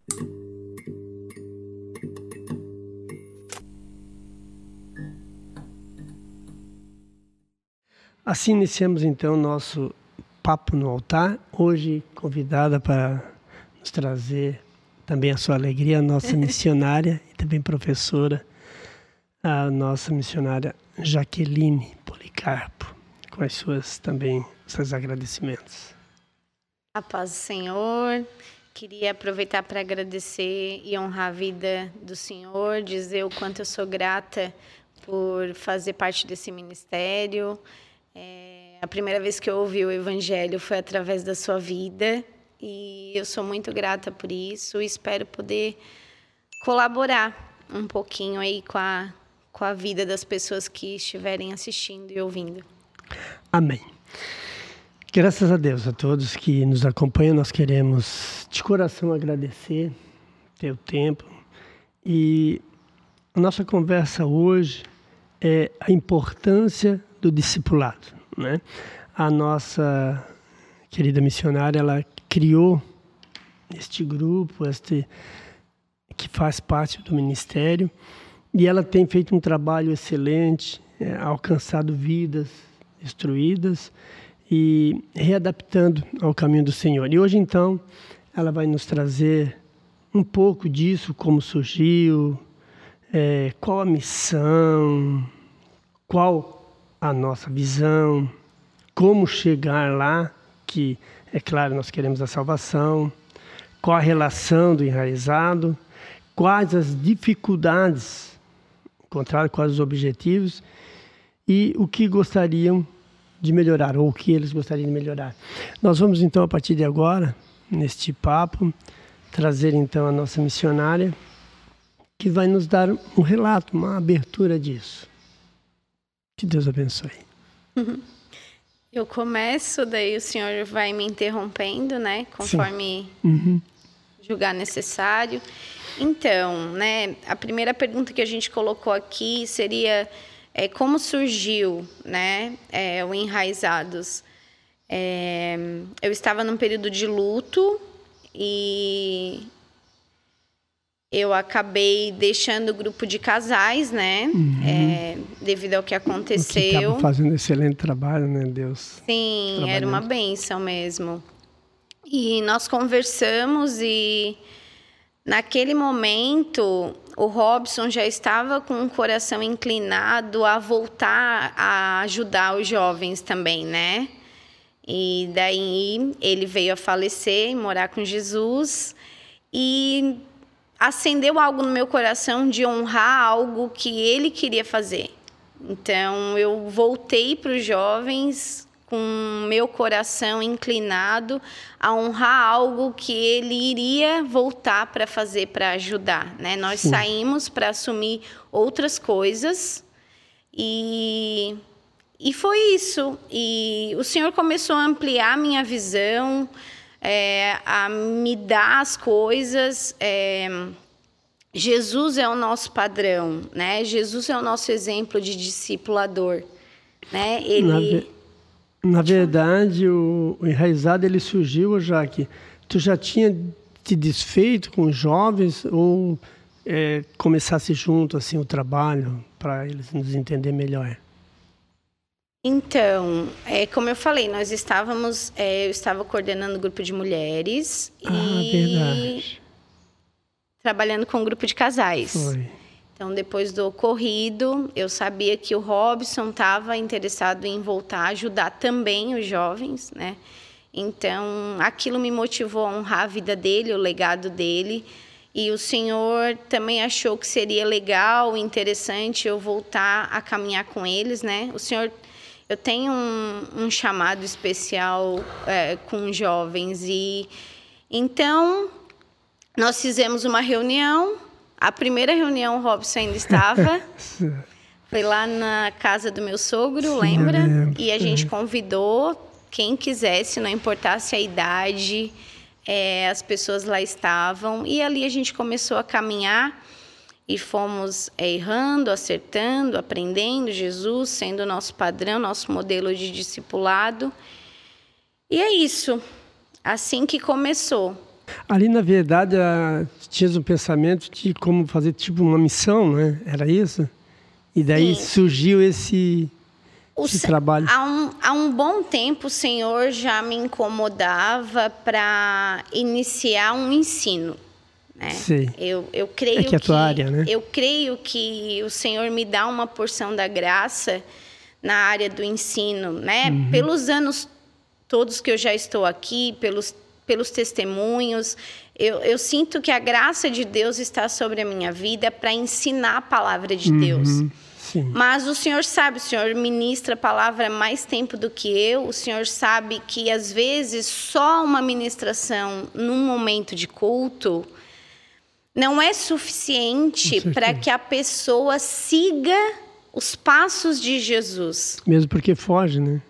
Assim iniciamos então nosso Papo no Altar, hoje convidada para nos trazer também a sua alegria, a nossa missionária e também professora, a nossa missionária Jaqueline Policarpo, com as suas também, seus agradecimentos. A paz do Senhor, queria aproveitar para agradecer e honrar a vida do Senhor, dizer o quanto eu sou grata por fazer parte desse ministério. A primeira vez que eu ouvi o Evangelho foi através da sua vida e eu sou muito grata por isso e espero poder colaborar um pouquinho aí com a vida das pessoas que estiverem assistindo e ouvindo. Amém. Graças a Deus, a todos que nos acompanham, nós queremos de coração agradecer teu tempo e a nossa conversa hoje é a importância do discipulado, né? A nossa querida missionária, ela criou este grupo, que faz parte do ministério, e ela tem feito um trabalho excelente, alcançado vidas destruídas e readaptando ao caminho do Senhor. E hoje, então, ela vai nos trazer um pouco disso, como surgiu, qual a missão, qual a nossa visão, como chegar lá, que, é claro, nós queremos a salvação, qual a relação do enraizado, quais as dificuldades encontradas, quais os objetivos e o que gostariam de melhorar, ou o que eles gostariam de melhorar. Nós vamos, então, a partir de agora, neste papo, trazer, então, a nossa missionária, que vai nos dar um relato, uma abertura disso. Que Deus abençoe. Eu começo, daí o senhor vai me interrompendo, né? Conforme julgar necessário. Então, né? A primeira pergunta que a gente colocou aqui seria como surgiu, né? O Enraizados. Eu estava num período de luto e eu acabei deixando o grupo de casais, né? Devido ao que aconteceu. Que estava fazendo excelente trabalho, né, Deus? Sim, era uma bênção mesmo. E nós conversamos e naquele momento o Robson já estava com o coração inclinado a voltar a ajudar os jovens também, né? E daí ele veio a falecer e morar com Jesus e acendeu algo no meu coração de honrar algo que ele queria fazer. Então, eu voltei para os jovens com meu coração inclinado a honrar algo que ele iria voltar para fazer, para ajudar, né? Nós saímos para assumir outras coisas e foi isso. E o Senhor começou a ampliar a minha visão, a me dar as coisas. Jesus é o nosso padrão, né? Jesus é o nosso exemplo de discipulador, né? Na verdade, o Enraizado, ele surgiu, Jaque, tu já tinha te desfeito com os jovens ou começasse junto assim o trabalho para eles nos entender melhor? Então, como eu falei, nós estávamos, eu estava coordenando um grupo de mulheres verdade. Trabalhando com um grupo de casais. Foi. Então, depois do ocorrido, eu sabia que o Robson estava interessado em voltar a ajudar também os jovens, né? Então, aquilo me motivou a honrar a vida dele, o legado dele. E o Senhor também achou que seria legal, interessante eu voltar a caminhar com eles, né? O Senhor... Eu tenho um chamado especial com jovens e então nós fizemos uma reunião. A primeira reunião o Robson ainda estava. Foi lá na casa do meu sogro, lembra? E a gente convidou quem quisesse, não importasse a idade, as pessoas lá estavam. E ali a gente começou a caminhar. E fomos errando, acertando, aprendendo, Jesus sendo o nosso padrão, nosso modelo de discipulado. E é isso, assim que começou. Ali, na verdade, tinha um pensamento de como fazer tipo uma missão, né? Era isso? E daí Sim. surgiu esse trabalho. Há um bom tempo, o Senhor já me incomodava para iniciar um ensino. Né? Sei. Eu creio que é a tua área, né? Eu creio que o Senhor me dá uma porção da graça na área do ensino, né? Pelos anos todos que eu já estou aqui, pelos testemunhos, eu sinto que a graça de Deus está sobre a minha vida para ensinar a palavra de Deus. Sim. Mas o Senhor sabe, o Senhor ministra a palavra há mais tempo do que eu, o Senhor sabe que às vezes só uma ministração num momento de culto não é suficiente para que a pessoa siga os passos de Jesus. Mesmo porque foge, né?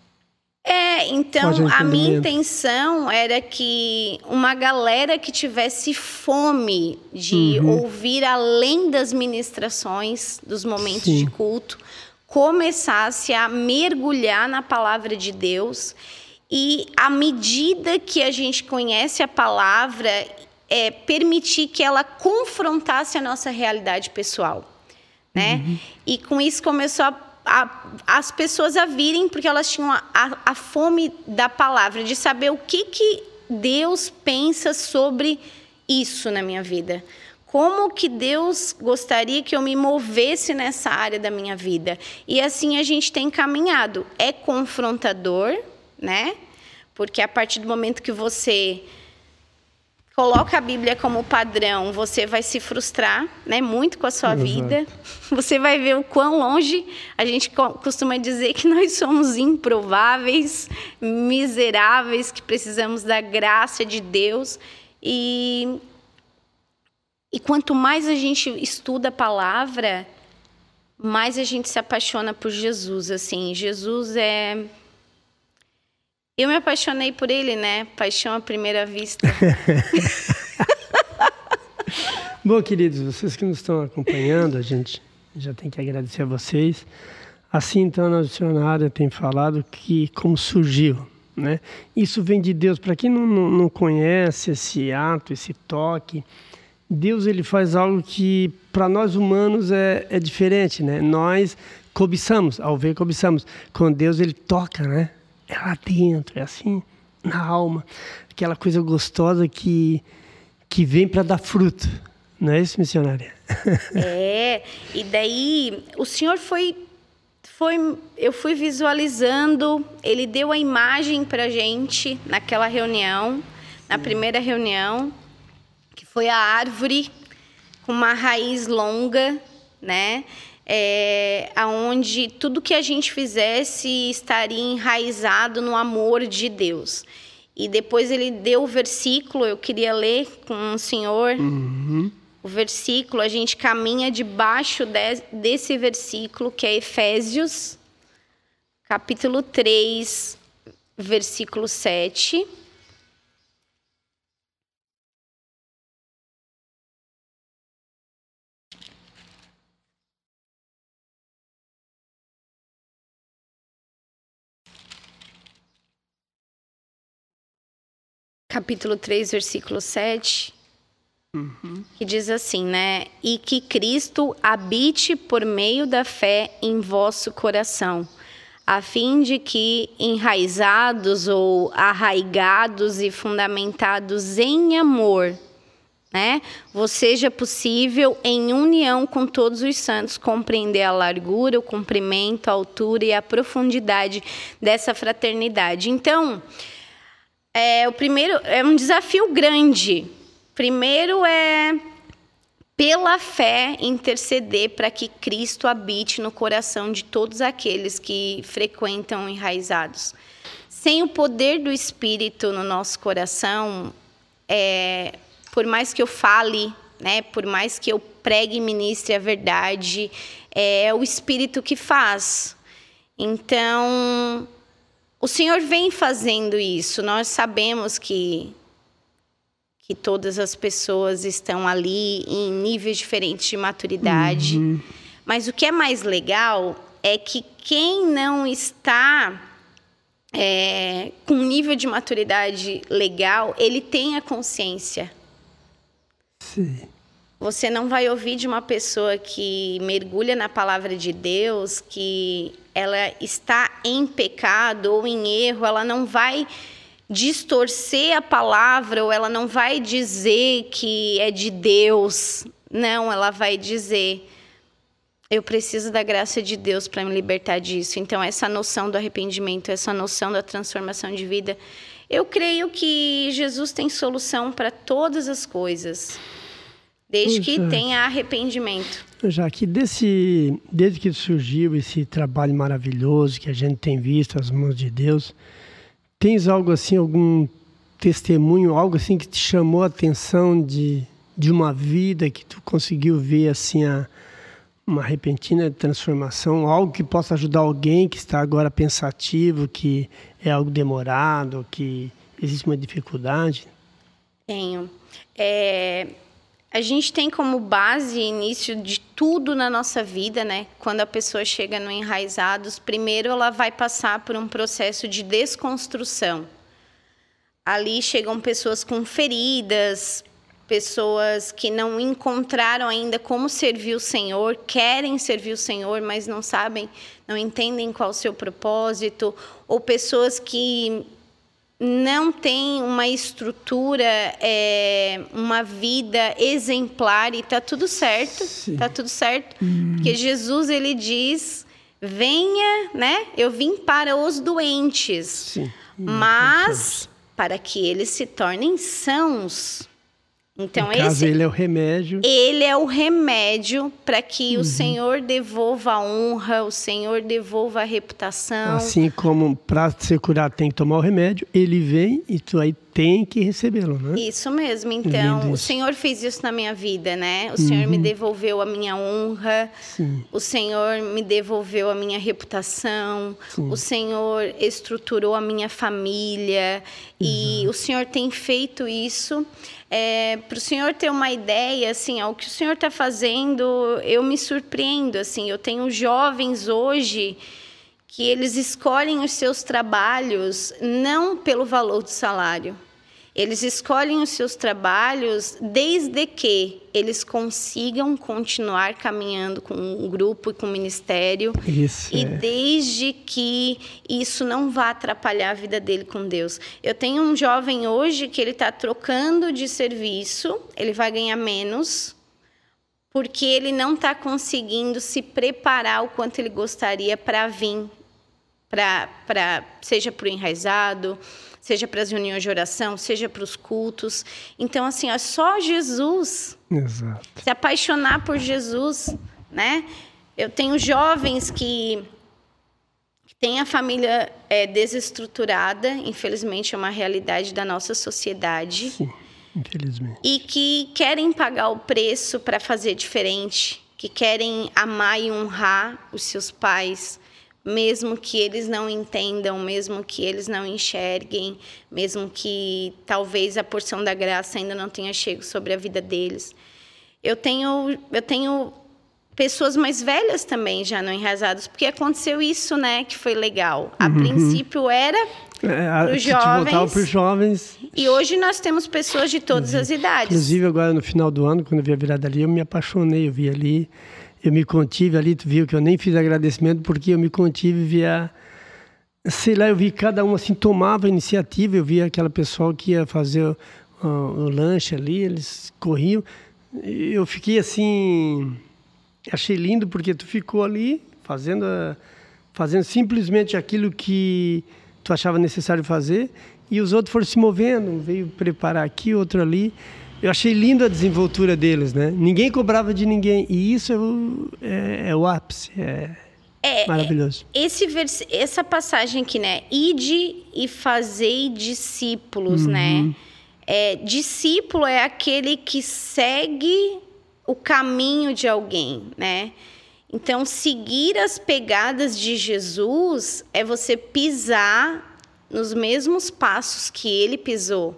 Então a minha intenção era que uma galera que tivesse fome de ouvir além das ministrações dos momentos de culto, começasse a mergulhar na palavra de Deus, e à medida que a gente conhece a palavra, permitir que ela confrontasse a nossa realidade pessoal, né? E com isso começou as pessoas a virem, porque elas tinham a fome da palavra, de saber o que Deus pensa sobre isso na minha vida. Como que Deus gostaria que eu me movesse nessa área da minha vida. E assim a gente tem caminhado. É confrontador, né? Porque a partir do momento que você coloca a Bíblia como padrão, você vai se frustrar, né, muito com a sua vida. Você vai ver o quão longe. A gente costuma dizer que nós somos improváveis, miseráveis, que precisamos da graça de Deus. E quanto mais a gente estuda a palavra, mais a gente se apaixona por Jesus. Assim, Jesus é... Eu me apaixonei por ele, né? Paixão à primeira vista. Bom, queridos, vocês que nos estão acompanhando, a gente já tem que agradecer a vocês. Assim, então, a missionária tem falado que como surgiu, né? Isso vem de Deus. Para quem não conhece esse ato, esse toque, Deus ele faz algo que para nós humanos é diferente, né? Nós cobiçamos, ao ver cobiçamos. Com Deus ele toca, né? É lá dentro, é assim, na alma. Aquela coisa gostosa que vem para dar fruto. Não é isso, missionária? E daí o Senhor eu fui visualizando, ele deu a imagem para a gente naquela reunião, na primeira reunião, que foi a árvore com uma raiz longa, né? Aonde tudo que a gente fizesse estaria enraizado no amor de Deus. E depois ele deu o versículo, eu queria ler com o senhor. O versículo, a gente caminha debaixo desse versículo, que é Efésios, capítulo 3, versículo 7. Capítulo 3, versículo 7, que diz assim, né? E que Cristo habite por meio da fé em vosso coração, a fim de que, enraizados ou arraigados e fundamentados em amor, né, vos seja possível, em união com todos os santos, compreender a largura, o comprimento, a altura e a profundidade dessa fraternidade. Então, o primeiro é um desafio grande. Primeiro é, pela fé, interceder para que Cristo habite no coração de todos aqueles que frequentam enraizados. Sem o poder do Espírito no nosso coração, por mais que eu fale, né, por mais que eu pregue e ministre a verdade, é o Espírito que faz. Então, o Senhor vem fazendo isso. Nós sabemos que todas as pessoas estão ali em níveis diferentes de maturidade. Mas o que é mais legal é que quem não está com nível de maturidade legal, ele tem a consciência. Sim. Você não vai ouvir de uma pessoa que mergulha na palavra de Deus, que ela está em pecado ou em erro, ela não vai distorcer a palavra, ou ela não vai dizer que é de Deus. Não, ela vai dizer: eu preciso da graça de Deus para me libertar disso. Então, essa noção do arrependimento, essa noção da transformação de vida, eu creio que Jesus tem solução para todas as coisas, desde que tenha arrependimento. Já que desde que surgiu esse trabalho maravilhoso que a gente tem visto, as mãos de Deus, tens algo assim, algum testemunho, algo assim que te chamou a atenção de uma vida que tu conseguiu ver assim uma repentina transformação, algo que possa ajudar alguém que está agora pensativo, que é algo demorado, que existe uma dificuldade? Tenho. A gente tem como base início de tudo na nossa vida, né? Quando a pessoa chega no Enraizados, primeiro ela vai passar por um processo de desconstrução. Ali chegam pessoas com feridas, pessoas que não encontraram ainda como servir o Senhor, querem servir o Senhor, mas não sabem, não entendem qual o seu propósito, ou pessoas que não têm uma estrutura, uma vida exemplar, e está tudo certo, está tudo certo, porque Jesus, ele diz: venha, né? Eu vim para os doentes, Sim. mas para que eles se tornem sãos. Então, no caso, ele é o remédio. Ele é o remédio para que o Senhor devolva a honra, o Senhor devolva a reputação. Assim como para ser curado tem que tomar o remédio, ele vem e tu aí tem que recebê-lo, né? Isso mesmo. Então, o Senhor fez isso na minha vida, né? O Senhor me devolveu a minha honra. Sim. O Senhor me devolveu a minha reputação. Sim. O Senhor estruturou a minha família. E o Senhor tem feito isso. Para o senhor ter uma ideia, assim, o que o senhor está fazendo, eu me surpreendo, assim, eu tenho jovens hoje que eles escolhem os seus trabalhos não pelo valor do salário. Eles escolhem os seus trabalhos desde que eles consigam continuar caminhando com um grupo e com o ministério. Isso, desde que isso não vá atrapalhar a vida dele com Deus. Eu tenho um jovem hoje que ele está trocando de serviço, ele vai ganhar menos, porque ele não está conseguindo se preparar o quanto ele gostaria para vir, seja para o Enraizado, seja para as reuniões de oração, seja para os cultos. Então, assim, é só Jesus. Exato. Se apaixonar por Jesus, né? Eu tenho jovens que têm a família desestruturada, infelizmente é uma realidade da nossa sociedade. Sim, infelizmente. E que querem pagar o preço para fazer diferente, que querem amar e honrar os seus pais, mesmo que eles não entendam, mesmo que eles não enxerguem, mesmo que talvez a porção da graça ainda não tenha chegado sobre a vida deles. Eu tenho pessoas mais velhas também já no Enraizados, porque aconteceu isso, né, que foi legal. A princípio era para os jovens, e hoje nós temos pessoas de todas as idades. Inclusive agora no final do ano, quando eu vi a virada ali, eu me apaixonei, eu vi ali... Eu me contive ali, tu viu que eu nem fiz agradecimento, porque eu me contive, via... Sei lá, eu vi cada um assim, tomava a iniciativa, eu via aquela pessoa que ia fazer o lanche ali, eles corriam. Eu fiquei assim... Achei lindo, porque tu ficou ali fazendo simplesmente aquilo que tu achava necessário fazer, e os outros foram se movendo, um veio preparar aqui, outro ali. Eu achei linda a desenvoltura deles, né? Ninguém cobrava de ninguém. E isso é o ápice. Maravilhoso. Essa passagem aqui, né? Ide e fazei discípulos, né? Discípulo é aquele que segue o caminho de alguém, né? Então, seguir as pegadas de Jesus é você pisar nos mesmos passos que ele pisou.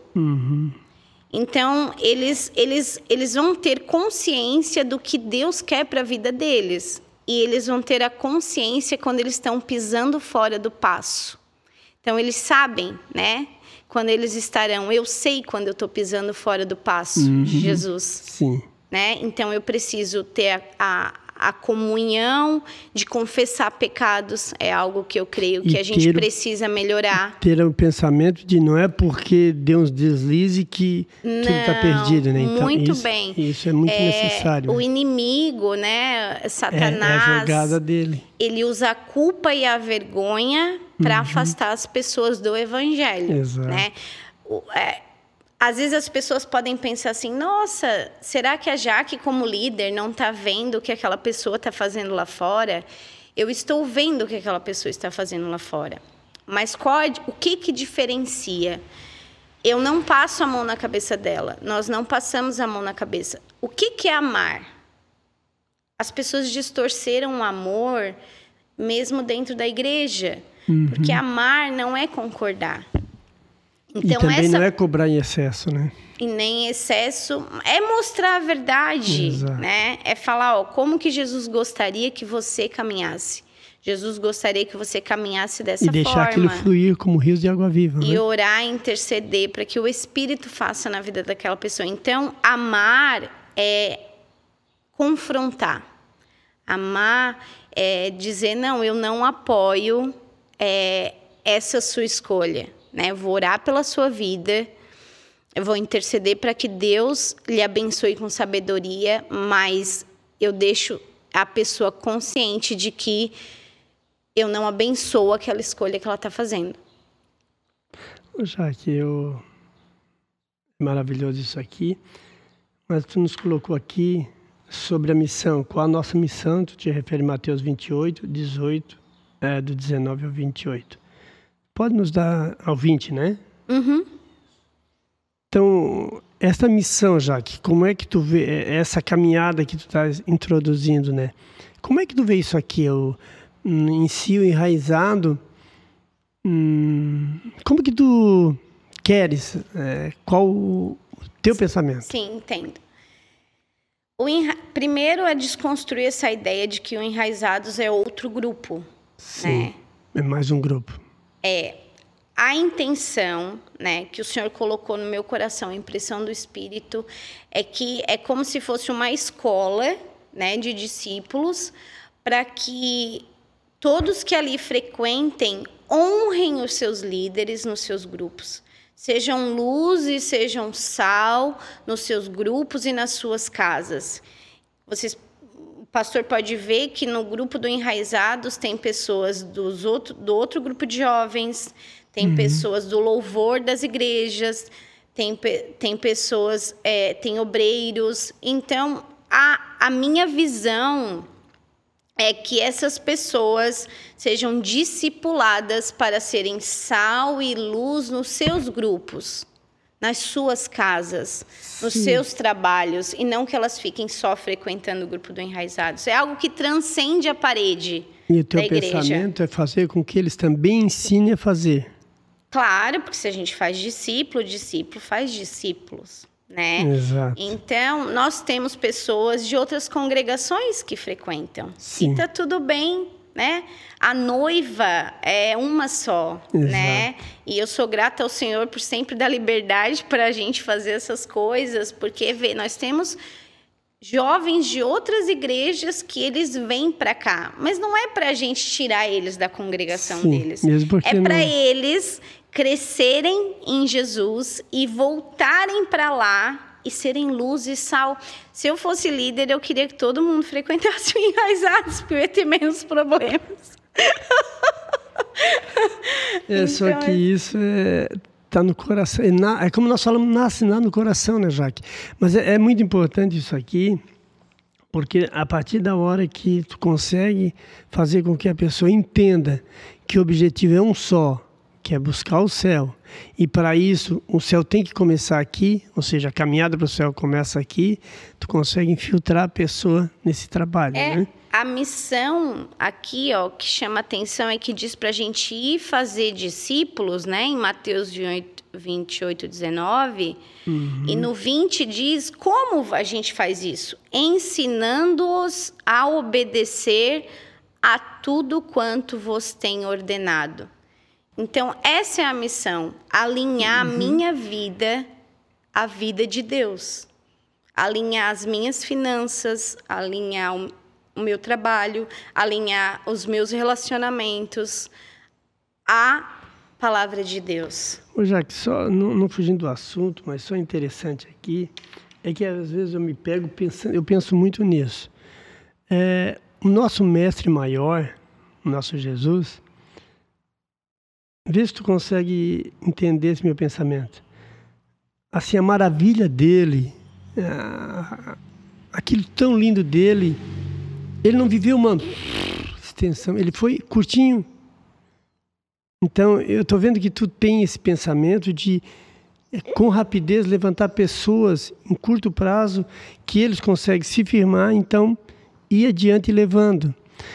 Então, eles vão ter consciência do que Deus quer para a vida deles. E eles vão ter a consciência quando eles estão pisando fora do passo. Então, eles sabem, né? Quando eles estarão. Eu sei quando eu estou pisando fora do passo de Jesus. Sim. Né? Então, eu preciso ter a comunhão de confessar pecados. É algo que eu creio que a gente precisa melhorar. Ter um pensamento de não é porque deu uns deslizes que tudo está perdido, né? Então, muito bem. Isso é muito necessário. O inimigo, né? Satanás. É a jogada dele. Ele usa a culpa e a vergonha para afastar as pessoas do evangelho. Exato. Né? Às vezes as pessoas podem pensar assim, nossa, será que a Jaque como líder não está vendo o que aquela pessoa está fazendo lá fora? Eu estou vendo o que aquela pessoa está fazendo lá fora. Mas o que diferencia? Eu não passo a mão na cabeça dela. Nós não passamos a mão na cabeça. O que é amar? As pessoas distorceram o amor mesmo dentro da igreja. Porque amar não é concordar. Então, e também não é cobrar em excesso, né? E nem excesso. É mostrar a verdade, né? É falar, como que Jesus gostaria que você caminhasse. Jesus gostaria que você caminhasse dessa forma. E deixar aquilo fluir como rios de água viva. E né? orar e interceder para que o Espírito faça na vida daquela pessoa. Então, amar é confrontar. Amar é dizer, não, eu não apoio essa sua escolha. Né? Eu vou orar pela sua vida, eu vou interceder para que Deus lhe abençoe com sabedoria, mas eu deixo a pessoa consciente de que eu não abençoo aquela escolha que ela está fazendo. Jaque, maravilhoso isso aqui, mas tu nos colocou aqui sobre a missão. Qual a nossa missão? Tu te refere a Mateus 28, 18, do 19 ao 28. Pode nos dar ao 20, né? Então, essa missão, Jaque, como é que tu vê essa caminhada que tu estás introduzindo, né? Como é que tu vê isso aqui, em si, o enraizado? Como que tu queres? Qual o teu pensamento? Sim, entendo. Primeiro é desconstruir essa ideia de que o Enraizados é outro grupo. Sim, né? É mais um grupo. A intenção, né, que o Senhor colocou no meu coração, a impressão do Espírito, é que é como se fosse uma escola, né, de discípulos, para que todos que ali frequentem honrem os seus líderes nos seus grupos. Sejam luz e sejam sal nos seus grupos e nas suas casas. O pastor pode ver que no grupo do Enraizados tem pessoas do outro grupo de jovens, tem pessoas do louvor das igrejas, tem pessoas, tem obreiros. Então, a minha visão é que essas pessoas sejam discipuladas para serem sal e luz nos seus grupos, nas suas casas, nos seus trabalhos, e não que elas fiquem só frequentando o grupo do Enraizados. É algo que transcende a parede da igreja. E o teu pensamento é fazer com que eles também ensinem a fazer. Claro, porque se a gente faz discípulo, discípulo faz discípulos, né? Exato. Então, nós temos pessoas de outras congregações que frequentam. Sim. E tá tudo bem, né? A noiva é uma só, Exato. né? E eu sou grata ao Senhor por sempre dar liberdade para a gente fazer essas coisas, porque nós temos jovens de outras igrejas que eles vêm para cá, mas não é para a gente tirar eles da congregação deles. Mesmo porque é para eles crescerem em Jesus e voltarem para lá e serem luz e sal. Se eu fosse líder, eu queria que todo mundo frequentasse o Enraizados, porque eu ia ter menos problemas. Só que isso está no coração. É como nós falamos, nasce lá no coração, né, Jaque? Mas é muito importante isso aqui, porque a partir da hora que tu consegue fazer com que a pessoa entenda que o objetivo é um só, que é buscar o céu. E para isso, o céu tem que começar aqui, ou seja, a caminhada para o céu começa aqui, tu consegue infiltrar a pessoa nesse trabalho, né? A missão aqui, que chama atenção, é que diz para a gente ir fazer discípulos, né? Em Mateus 28, 19. E no 20 diz como a gente faz isso. Ensinando-os a obedecer a tudo quanto vos tem ordenado. Então, essa é a missão, alinhar a minha vida à vida de Deus. Alinhar as minhas finanças, alinhar o meu trabalho, alinhar os meus relacionamentos à palavra de Deus. Ô, Jaque, só não fugindo do assunto, mas só interessante aqui, é que às vezes eu me pego pensando, eu penso muito nisso. O nosso mestre maior, o nosso Jesus, vê se tu consegue entender esse meu pensamento. Assim, a maravilha dele, aquilo tão lindo dele, ele não viveu uma extensão, ele foi curtinho. Então, eu estou vendo que tu tem esse pensamento de, com rapidez, levantar pessoas em curto prazo, que eles conseguem se firmar, então, ir adiante levando.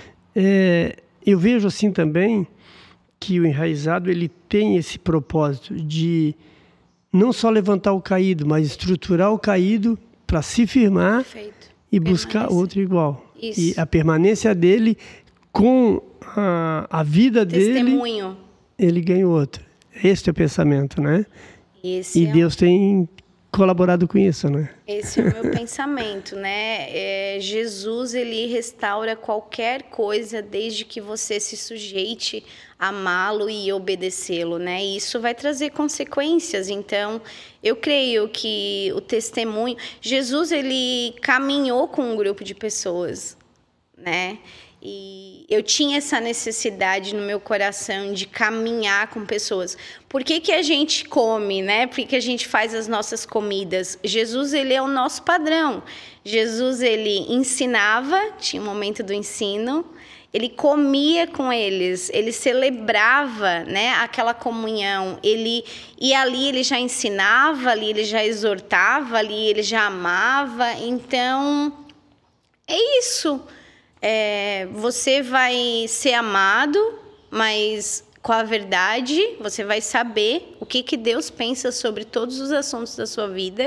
Eu vejo assim também que o enraizado ele tem esse propósito de não só levantar o caído, mas estruturar o caído para se firmar. Perfeito. E buscar outro igual. Isso. E a permanência dele com a vida Testemunho. dele, ele ganha outro. Esse é o pensamento, né? E Deus tem colaborado com isso, né? Esse é o meu pensamento, né? Jesus, ele restaura qualquer coisa desde que você se sujeite a amá-lo e obedecê-lo, né? E isso vai trazer consequências. Então, eu creio que o testemunho... Jesus, ele caminhou com um grupo de pessoas, né? E eu tinha essa necessidade no meu coração de caminhar com pessoas. Por que a gente come, né? Por que a gente faz as nossas comidas? Jesus, ele é o nosso padrão. Jesus, ele ensinava, tinha um momento do ensino, ele comia com eles, ele celebrava, né, aquela comunhão. E ali ele já ensinava, ali ele já exortava, ali ele já amava. Então, é isso. Você vai ser amado, mas com a verdade, você vai saber o que Deus pensa sobre todos os assuntos da sua vida.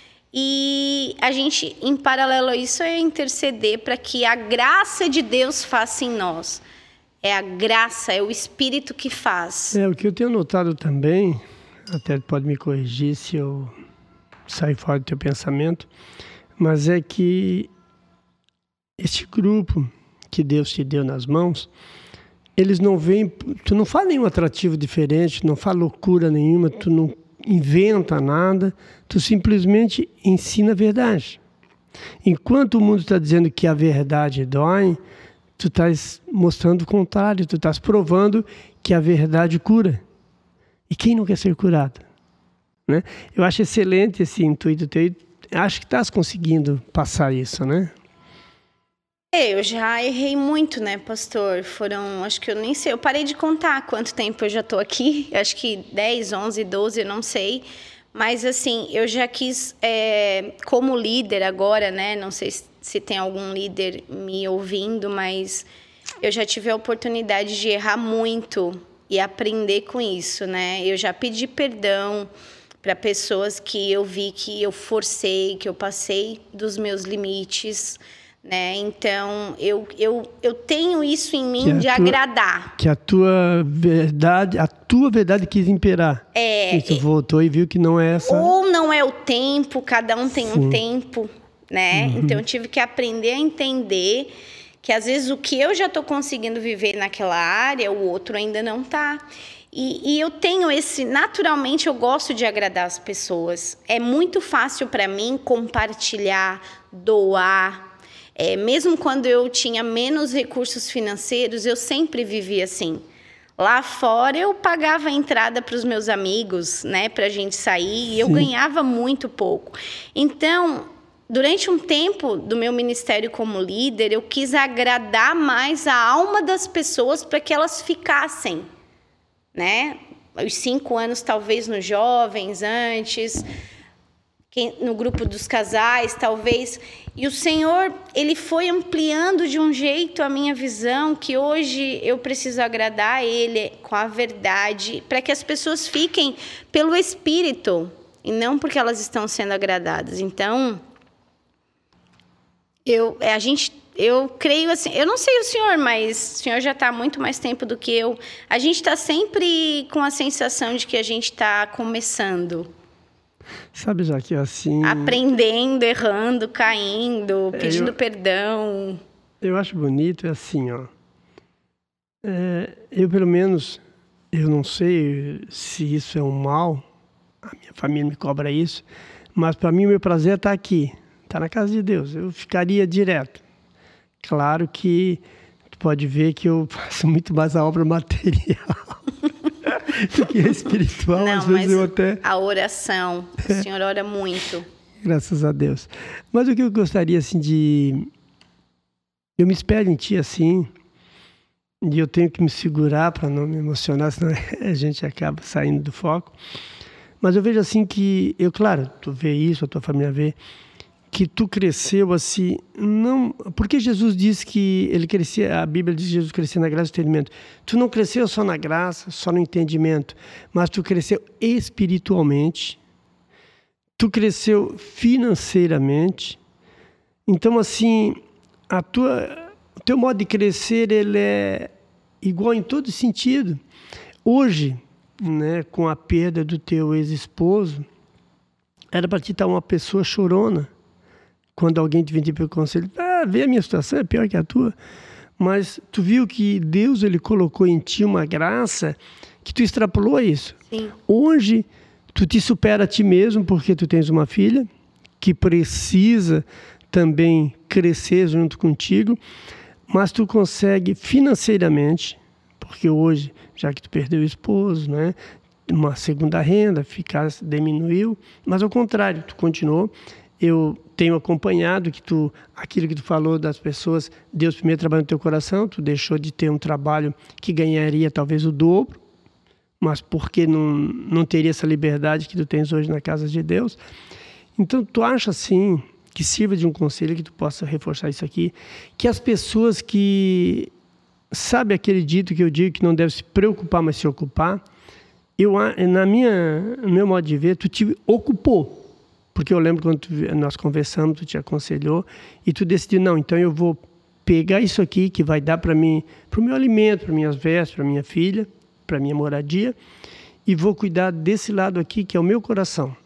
E a gente, em paralelo a isso, é interceder para que a graça de Deus faça em nós. É a graça, é o Espírito que faz. O que eu tenho notado também, até pode me corrigir se eu sair fora do teu pensamento, mas é que este grupo que Deus te deu nas mãos, eles não vêm, tu não faz nenhum atrativo diferente, não faz loucura nenhuma, tu não inventa nada, tu simplesmente ensina a verdade. Enquanto o mundo está dizendo que a verdade dói, tu estás mostrando o contrário, tu estás provando que a verdade cura. E quem não quer ser curado? Né? Eu acho excelente esse intuito teu, acho que estás conseguindo passar isso, né? Eu já errei muito, né, pastor? Acho que eu nem sei, eu parei de contar quanto tempo eu já estou aqui, acho que 10, 11, 12, eu não sei. Mas, assim, eu já quis, como líder agora, né, não sei se tem algum líder me ouvindo, mas eu já tive a oportunidade de errar muito e aprender com isso, né? Eu já pedi perdão para pessoas que eu vi que eu forcei, que eu passei dos meus limites, né? Então, eu tenho isso em mim de agradar. Que a tua verdade quis imperar. E tu voltou e viu que não é essa... Ou não é o tempo, cada um tem um tempo, né? Então, eu tive que aprender a entender que, às vezes, o que eu já estou conseguindo viver naquela área, o outro ainda não está. E eu tenho naturalmente, eu gosto de agradar as pessoas. É muito fácil para mim compartilhar, doar. Mesmo quando eu tinha menos recursos financeiros, eu sempre vivia assim. Lá fora eu pagava a entrada para os meus amigos, né, para a gente sair, e eu ganhava muito pouco. Então, durante um tempo do meu ministério como líder, eu quis agradar mais a alma das pessoas para que elas ficassem, né? Os 5 anos talvez nos jovens, antes... no grupo dos casais, talvez. E o Senhor, Ele foi ampliando de um jeito a minha visão, que hoje eu preciso agradar a Ele com a verdade, para que as pessoas fiquem pelo Espírito, e não porque elas estão sendo agradadas. Então, Eu creio assim, eu não sei o senhor, mas o senhor já está há muito mais tempo do que eu. A gente está sempre com a sensação de que a gente está começando. Sabe, Jaque, assim... Aprendendo, errando, caindo, pedindo perdão. Eu acho bonito, é assim, ó. Eu, pelo menos, eu não sei se isso é um mal, a minha família me cobra isso, mas para mim o meu prazer é estar aqui, estar na casa de Deus. Eu ficaria direto. Claro que tu pode ver que eu faço muito mais a obra material do que a espiritual. Não, às vezes eu até... a oração, o senhor ora muito. Graças a Deus. Mas o que eu gostaria, assim, de... Eu me espelho em ti, assim, e eu tenho que me segurar para não me emocionar, senão a gente acaba saindo do foco. Mas eu vejo, assim, que... Claro, tu vê isso, a tua família vê, que tu cresceu assim, não... Porque Jesus diz que ele crescia, a Bíblia diz que Jesus crescia na graça e no entendimento. Tu não cresceu só na graça, só no entendimento, mas tu cresceu espiritualmente, tu cresceu financeiramente. Então, assim, o teu modo de crescer, ele é igual em todo sentido. Hoje, né, com a perda do teu ex-esposo, era para ti estar uma pessoa chorona. Quando alguém te vem te pedir conselho, vê a minha situação, é pior que a tua. Mas tu viu que Deus, ele colocou em ti uma graça que tu extrapolou isso. Sim. Hoje, tu te supera a ti mesmo porque tu tens uma filha que precisa também crescer junto contigo, mas tu consegue financeiramente, porque hoje, já que tu perdeu o esposo, né, uma segunda renda, diminuiu, mas ao contrário, tu continuou. Eu tenho acompanhado aquilo que tu falou das pessoas, Deus primeiro trabalhou no teu coração, tu deixou de ter um trabalho que ganharia talvez o dobro, mas porque não teria essa liberdade que tu tens hoje na casa de Deus. Então tu acha assim, que sirva de um conselho, que tu possa reforçar isso aqui, que as pessoas que, sabe aquele dito que eu digo que não deve se preocupar, mas se ocupar, no meu modo de ver, tu te ocupou. Porque eu lembro quando nós conversamos, tu te aconselhou e tu decidiu, não, então eu vou pegar isso aqui que vai dar para mim, para o meu alimento, para minhas vestes, para minha filha, para minha moradia, e vou cuidar desse lado aqui que é o meu coração.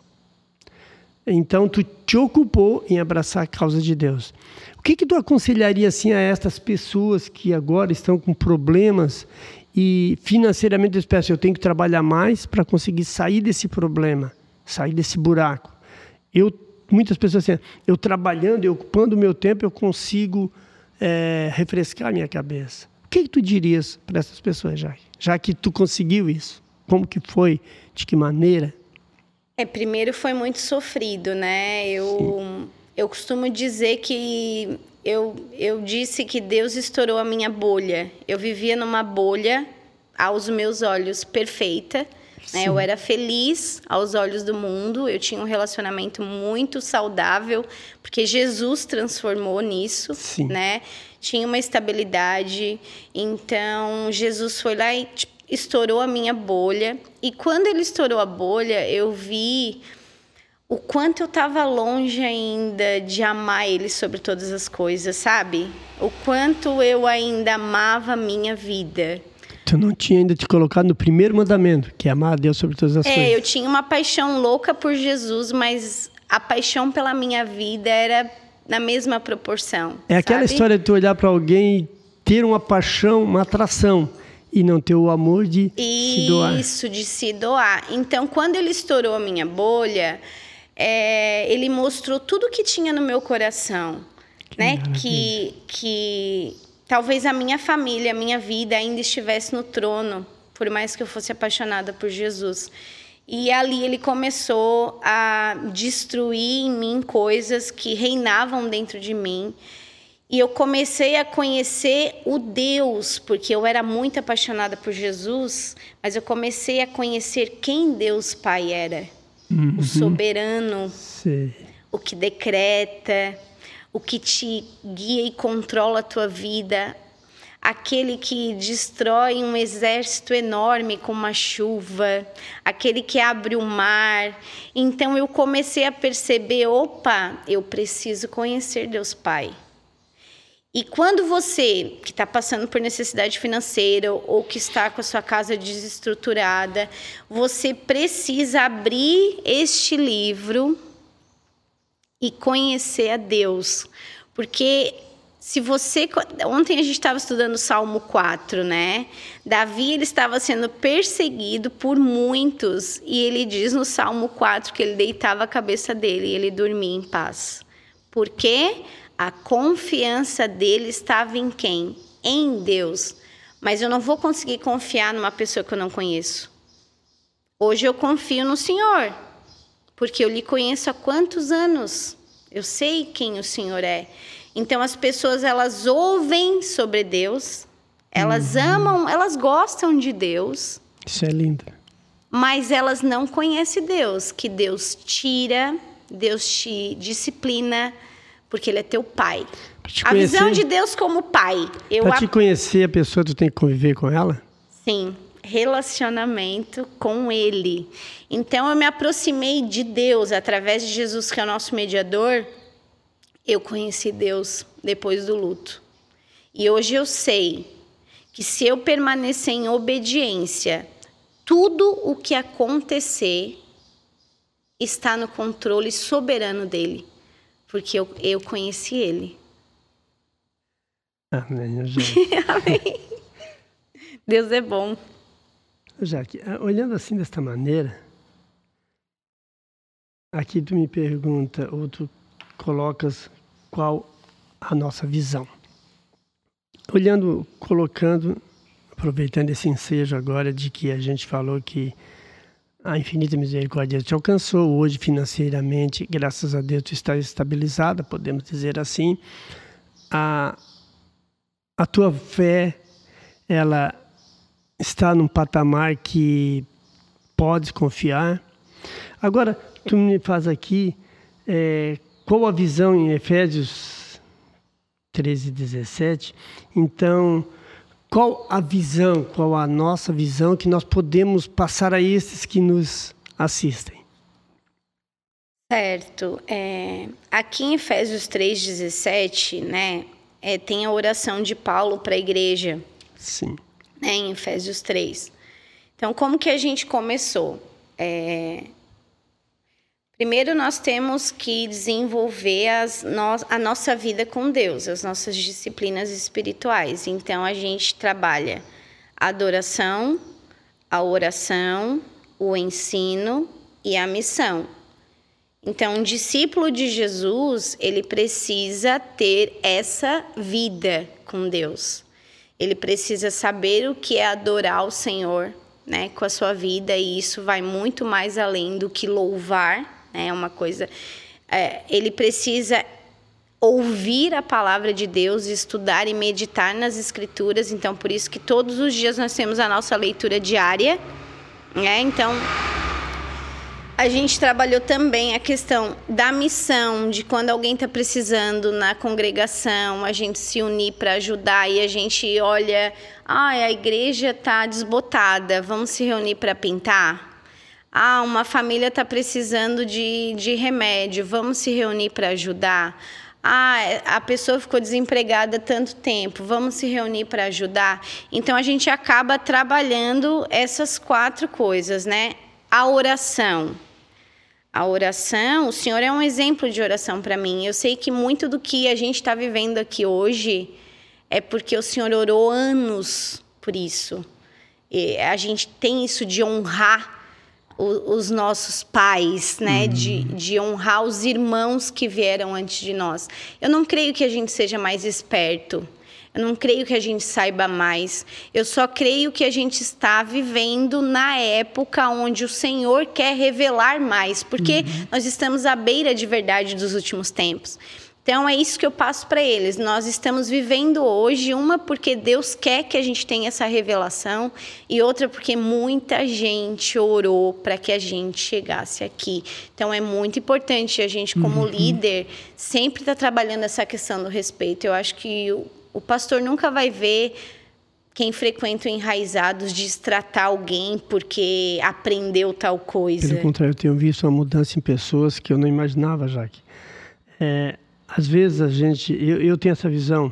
Então tu te ocupou em abraçar a causa de Deus. O que tu aconselharia assim a estas pessoas que agora estão com problemas e financeiramente eles pensam, eu tenho que trabalhar mais para conseguir sair desse problema, sair desse buraco? Muitas pessoas assim, eu trabalhando, eu ocupando o meu tempo, eu consigo refrescar a minha cabeça. O que tu dirias para essas pessoas, já que tu conseguiu isso? Como que foi? De que maneira? Primeiro foi muito sofrido, né? Eu costumo dizer que eu disse que Deus estourou a minha bolha. Eu vivia numa bolha, aos meus olhos, perfeita. Né? Eu era feliz aos olhos do mundo, eu tinha um relacionamento muito saudável, porque Jesus transformou nisso, né? Tinha uma estabilidade, então Jesus foi lá e estourou a minha bolha. E quando ele estourou a bolha, eu vi o quanto eu estava longe ainda de amar ele sobre todas as coisas, sabe? O quanto eu ainda amava a minha vida. Tu não tinha ainda te colocado no primeiro mandamento, que é amar a Deus sobre todas as coisas. Eu tinha uma paixão louca por Jesus, mas a paixão pela minha vida era na mesma proporção. É aquela história de tu olhar para alguém e ter uma paixão, uma atração, e não ter o amor de se doar. Isso, de se doar. Então, quando ele estourou a minha bolha, ele mostrou tudo que tinha no meu coração, né? Que talvez a minha família, a minha vida ainda estivesse no trono, por mais que eu fosse apaixonada por Jesus. E ali ele começou a destruir em mim coisas que reinavam dentro de mim. E eu comecei a conhecer o Deus, porque eu era muito apaixonada por Jesus, mas eu comecei a conhecer quem Deus Pai era. O soberano, Sim. O que decreta, o que te guia e controla a tua vida, aquele que destrói um exército enorme com uma chuva, aquele que abre o mar. Então eu comecei a perceber, eu preciso conhecer Deus Pai. E quando você, que está passando por necessidade financeira ou que está com a sua casa desestruturada, você precisa abrir este livro e conhecer a Deus. Porque se você... Ontem a gente estava estudando o Salmo 4, né? Davi, ele estava sendo perseguido por muitos. E ele diz no Salmo 4 que ele deitava a cabeça dele e ele dormia em paz. Por quê? A confiança dele estava em quem? Em Deus. Mas eu não vou conseguir confiar numa pessoa que eu não conheço. Hoje eu confio no Senhor, porque eu lhe conheço há quantos anos? Eu sei quem o Senhor é. Então as pessoas, elas ouvem sobre Deus, elas amam, elas gostam de Deus. Isso é lindo. Mas elas não conhecem Deus, que Deus tira, Deus te disciplina, porque Ele é teu pai. A visão de Deus como pai. Para te conhecer a pessoa, tu tem que conviver com ela? Sim, relacionamento com Ele. Então, eu me aproximei de Deus através de Jesus, que é o nosso mediador. Eu conheci Deus depois do luto. E hoje eu sei que se eu permanecer em obediência, tudo o que acontecer está no controle soberano dEle. Porque eu conheci Ele. Amém. Amém. Deus é bom. Jaque, olhando assim desta maneira, aqui tu me pergunta, ou tu colocas qual a nossa visão. Olhando, colocando, aproveitando esse ensejo agora de que a gente falou que a infinita misericórdia te alcançou hoje financeiramente, graças a Deus tu está estabilizada, podemos dizer assim. A tua fé, ela está num patamar que podes confiar. Agora, tu me faz aqui, qual a visão em Efésios 13:17? Então, qual a visão, qual a nossa visão que nós podemos passar a esses que nos assistem? Certo. Aqui em Efésios 3:17, né, tem a oração de Paulo para a igreja. Sim. Né, em Efésios 3. Então, como que a gente começou? Primeiro, nós temos que desenvolver a nossa vida com Deus, as nossas disciplinas espirituais. Então, a gente trabalha a adoração, a oração, o ensino e a missão. Então, um discípulo de Jesus, ele precisa ter essa vida com Deus. Ele precisa saber o que é adorar o Senhor, né, com a sua vida, e isso vai muito mais além do que louvar. É uma coisa, ele precisa ouvir a palavra de Deus, estudar e meditar nas Escrituras. Então, por isso que todos os dias nós temos a nossa leitura diária, né? Então, a gente trabalhou também a questão da missão, de quando alguém está precisando na congregação, a gente se unir para ajudar, e a gente olha, a igreja está desbotada, vamos se reunir para pintar? Uma família está precisando de remédio, vamos se reunir para ajudar? A pessoa ficou desempregada há tanto tempo, vamos se reunir para ajudar? Então, a gente acaba trabalhando essas 4 coisas, né? A oração. A oração, o Senhor é um exemplo de oração para mim. Eu sei que muito do que a gente está vivendo aqui hoje é porque o Senhor orou anos por isso. E a gente tem isso de honrar os nossos pais, né? De honrar os irmãos que vieram antes de nós. Eu não creio que a gente seja mais esperto. Eu não creio que a gente saiba mais. Eu só creio que a gente está vivendo na época onde o Senhor quer revelar mais, porque nós estamos à beira de verdade dos últimos tempos. Então, é isso que eu passo para eles. Nós estamos vivendo hoje, uma porque Deus quer que a gente tenha essa revelação, e outra porque muita gente orou para que a gente chegasse aqui. Então, é muito importante a gente, como líder, sempre estar trabalhando essa questão do respeito. Eu acho que o pastor nunca vai ver quem frequenta o Enraizados destratar alguém porque aprendeu tal coisa. Pelo contrário, eu tenho visto uma mudança em pessoas que eu não imaginava, Jaque. Às vezes eu tenho essa visão,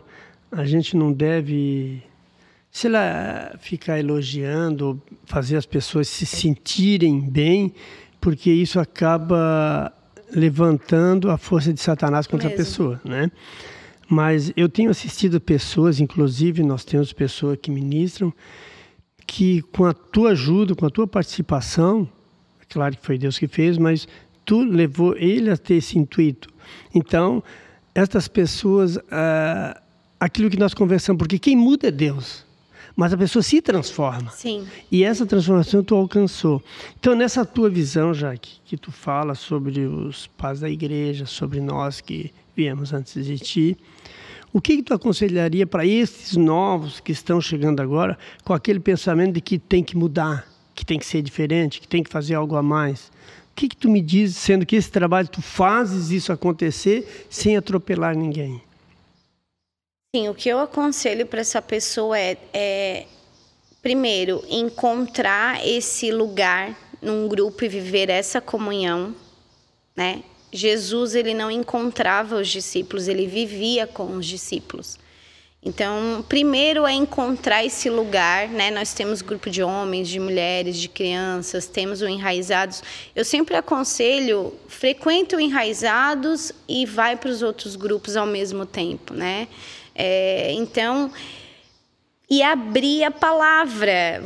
a gente não deve, sei lá, ficar elogiando, fazer as pessoas se sentirem bem, porque isso acaba levantando a força de Satanás contra a pessoa, né? Mas eu tenho assistido pessoas, inclusive nós temos pessoas que ministram, que com a tua ajuda, com a tua participação, é claro que foi Deus que fez, mas tu levou ele a ter esse intuito. Então, estas pessoas, aquilo que nós conversamos, porque quem muda é Deus, mas a pessoa se transforma. Sim. E essa transformação tu alcançou. Então, nessa tua visão, Jaque, que tu fala sobre os pais da igreja, sobre nós que viemos antes de ti, o que tu aconselharia para esses novos que estão chegando agora com aquele pensamento de que tem que mudar, que tem que ser diferente, que tem que fazer algo a mais? O que tu me diz, sendo que esse trabalho tu fazes isso acontecer sem atropelar ninguém? Sim, o que eu aconselho para essa pessoa é, primeiro, encontrar esse lugar num grupo e viver essa comunhão, né? Jesus, ele não encontrava os discípulos, ele vivia com os discípulos. Então, primeiro é encontrar esse lugar, né? Nós temos grupo de homens, de mulheres, de crianças, temos o Enraizados. Eu sempre aconselho, frequenta o Enraizados e vai para os outros grupos ao mesmo tempo, né? Então, e abrir a palavra.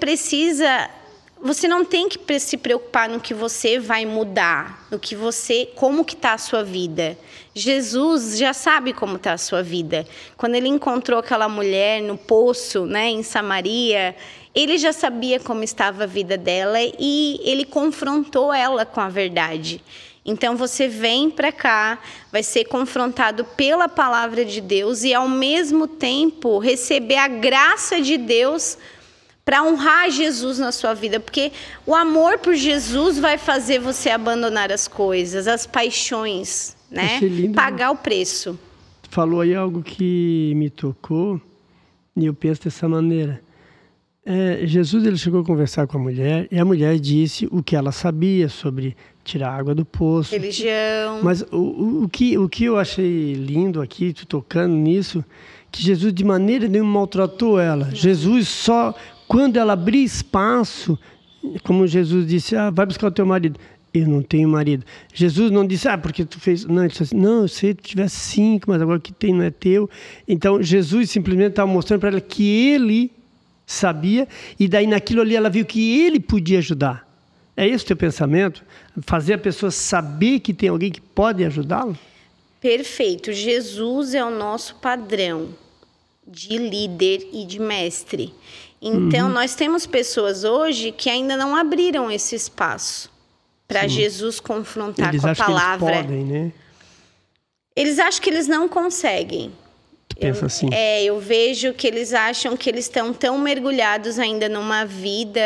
Você não tem que se preocupar no que você vai mudar, como que está a sua vida. Jesus já sabe como está a sua vida. Quando ele encontrou aquela mulher no poço, né, em Samaria, ele já sabia como estava a vida dela e ele confrontou ela com a verdade. Então você vem para cá, vai ser confrontado pela palavra de Deus e ao mesmo tempo receber a graça de Deus para honrar Jesus na sua vida, porque o amor por Jesus vai fazer você abandonar as coisas, as paixões, né? Pagar o preço. Falou aí algo que me tocou e eu penso dessa maneira. Jesus, ele chegou a conversar com a mulher e a mulher disse o que ela sabia sobre tirar água do poço. Religião. Mas o que eu achei lindo aqui, tu tocando nisso, que Jesus de maneira nenhuma maltratou ela. Não. Jesus só, quando ela abria espaço, como Jesus disse, vai buscar o teu marido. Eu não tenho marido. Jesus não disse, porque tu fez... Não, ele disse assim, não, eu sei que tu tivesse 5, mas agora o que tem não é teu. Então, Jesus simplesmente estava mostrando para ela que ele sabia, e daí naquilo ali ela viu que ele podia ajudar. É esse o teu pensamento? Fazer a pessoa saber que tem alguém que pode ajudá-la? Perfeito. Jesus é o nosso padrão de líder e de mestre. Então, nós temos pessoas hoje que ainda não abriram esse espaço para Jesus confrontar eles com a palavra. Eles podem, né? Eles acham que eles não conseguem. Pensa assim. Eu vejo que eles acham que eles estão tão mergulhados ainda numa vida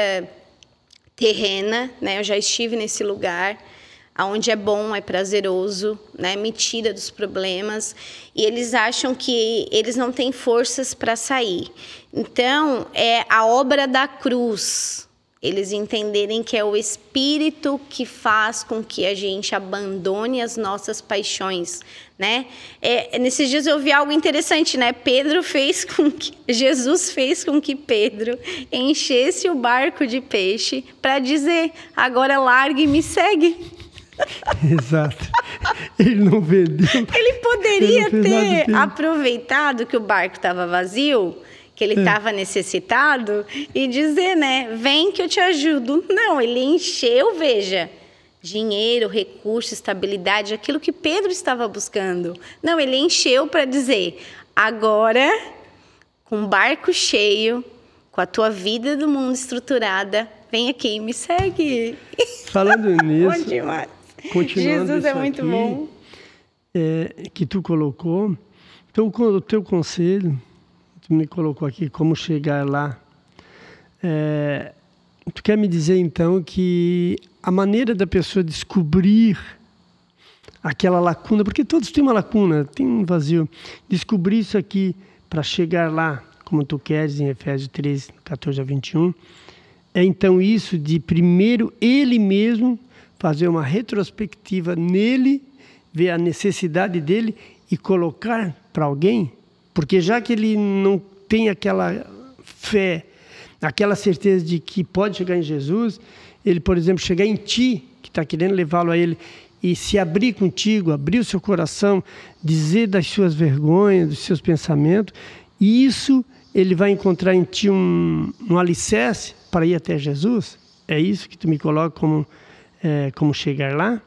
terrena, né? Eu já estive nesse lugar, onde é bom, é prazeroso, né? Me tira dos problemas. E eles acham que eles não têm forças para sair. Então, é a obra da cruz. Eles entenderem que é o Espírito que faz com que a gente abandone as nossas paixões, né? Nesses dias eu vi algo interessante, né? Jesus fez com que Pedro enchesse o barco de peixe para dizer, agora largue e me segue. Exato. Ele não vendeu. Ele poderia ter aproveitado que o barco estava vazio, que ele estava necessitado, e dizer, né, vem que eu te ajudo. Não, ele encheu, veja, dinheiro, recurso, estabilidade, aquilo que Pedro estava buscando. Não, ele encheu para dizer, agora, com o barco cheio, com a tua vida do mundo estruturada, vem aqui e me segue. Falando nisso, bom demais. Continuando Jesus é muito aqui, bom. Que tu colocou, então o teu conselho, tu me colocou aqui, como chegar lá. Tu quer me dizer, então, que a maneira da pessoa descobrir aquela lacuna, porque todos têm uma lacuna, tem um vazio, descobrir isso aqui para chegar lá, como tu queres, em Efésios 3, 14 a 21, então isso de primeiro ele mesmo fazer uma retrospectiva nele, ver a necessidade dele e colocar para alguém, Porque já que ele não tem aquela fé, aquela certeza de que pode chegar em Jesus, ele, por exemplo, chegar em ti, que está querendo levá-lo a ele, e se abrir contigo, abrir o seu coração, dizer das suas vergonhas, dos seus pensamentos, e isso ele vai encontrar em ti um alicerce para ir até Jesus? É isso que tu me coloca como chegar lá?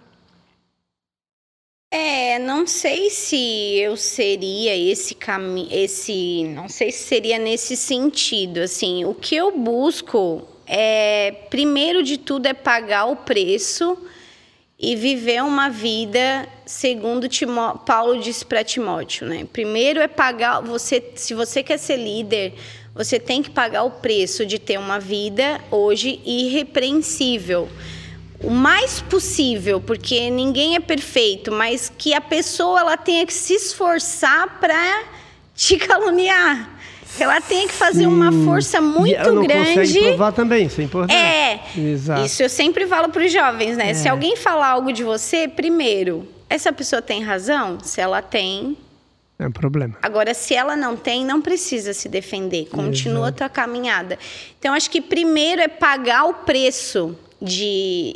Não sei se eu seria esse caminho, não sei se seria nesse sentido, assim, o que eu busco primeiro de tudo é pagar o preço e viver uma vida segundo Paulo disse para Timóteo, né? Primeiro é pagar, se você quer ser líder, você tem que pagar o preço de ter uma vida hoje irrepreensível. O mais possível, porque ninguém é perfeito, mas que a pessoa ela tenha que se esforçar para te caluniar. Ela tem que fazer uma força muito grande. E ela não consegue provar também, isso é importante. Exato. Isso eu sempre falo para os jovens, né? Se alguém falar algo de você, primeiro, essa pessoa tem razão? Se ela tem... É um problema. Agora, se ela não tem, não precisa se defender. Continua a tua caminhada. Então, acho que primeiro é pagar o preço de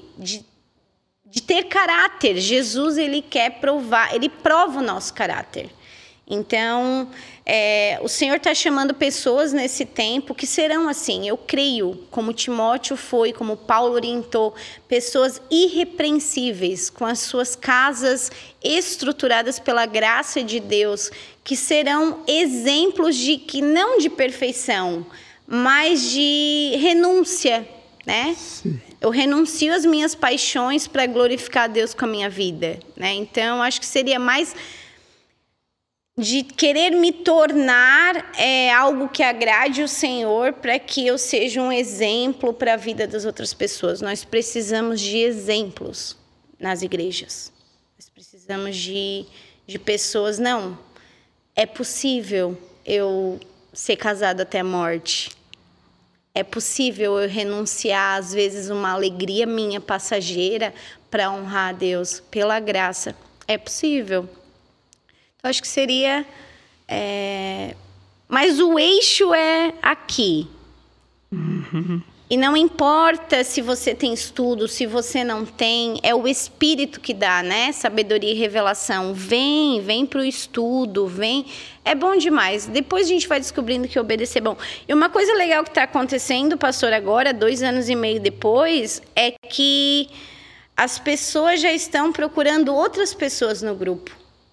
ter caráter. Jesus, ele quer provar, ele prova o nosso caráter. Então, o Senhor está chamando pessoas nesse tempo que serão assim, eu creio, como Timóteo foi, como Paulo orientou, pessoas irrepreensíveis, com as suas casas estruturadas pela graça de Deus, que serão exemplos não de perfeição, mas de renúncia, né? Sim. Eu renuncio às minhas paixões para glorificar a Deus com a minha vida, né? Então, acho que seria mais de querer me tornar algo que agrade o Senhor para que eu seja um exemplo para a vida das outras pessoas. Nós precisamos de exemplos nas igrejas. Nós precisamos de pessoas. Não, é possível eu ser casado até a morte. É possível eu renunciar, às vezes, uma alegria minha passageira para honrar a Deus pela graça. É possível. Então, acho que seria... Mas o eixo é aqui. Uhum. E não importa se você tem estudo, se você não tem, é o Espírito que dá, né? Sabedoria e revelação. Vem para o estudo, vem. É bom demais. Depois a gente vai descobrindo que obedecer é bom. E uma coisa legal que está acontecendo, pastor, agora, 2 anos e meio depois, é que as pessoas já estão procurando outras pessoas no grupo.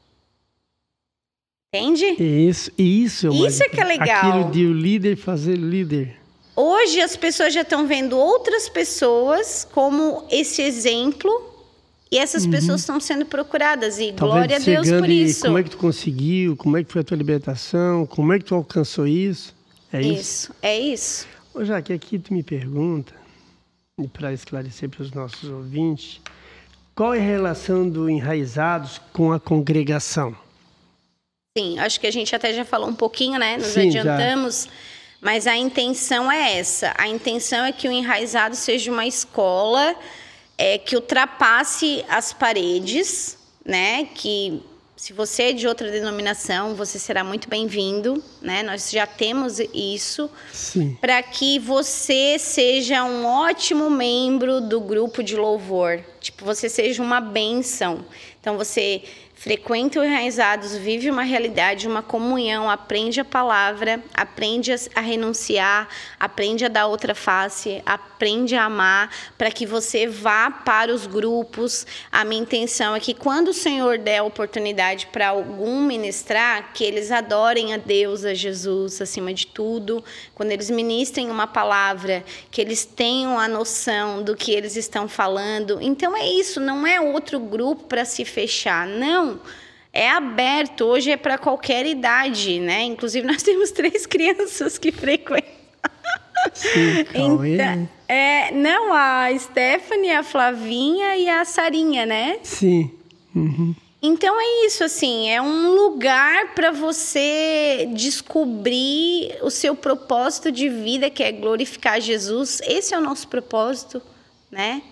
Entende? Isso é que é legal. Aquilo de o líder fazer líder. Hoje as pessoas já estão vendo outras pessoas como esse exemplo e essas pessoas estão sendo procuradas e glória a Deus por isso. Como é que tu conseguiu? Como é que foi a tua libertação? Como é que tu alcançou isso? É isso? É isso. Ô, Jaque, aqui tu me pergunta, e para esclarecer para os nossos ouvintes, qual é a relação do Enraizados com a congregação? Sim, acho que a gente até já falou um pouquinho, né? Nos Sim, adiantamos. Já. Mas a intenção é essa. A intenção é que o Enraizado seja uma escola que ultrapasse as paredes, né? Que se você é de outra denominação, você será muito bem-vindo, né? Nós já temos isso. Para que você seja um ótimo membro do grupo de louvor. Tipo, você seja uma bênção. Então, você frequenta o Enraizados, vive uma realidade, uma comunhão, aprende a palavra, aprende a renunciar, aprende a dar outra face, aprende a amar, para que você vá para os grupos. A minha intenção é que quando o Senhor der a oportunidade para algum ministrar, que eles adorem a Deus, a Jesus, acima de tudo. Quando eles ministrem uma palavra, que eles tenham a noção do que eles estão falando. Então é isso, não é outro grupo para se fechar, não. É aberto, hoje é para qualquer idade, né? Inclusive, nós temos 3 crianças que frequentam. Sim, então, não, a Stephanie, a Flavinha e a Sarinha, né? Sim. Uhum. Então, é isso, assim, é um lugar para você descobrir o seu propósito de vida, que é glorificar Jesus. Esse é o nosso propósito, né?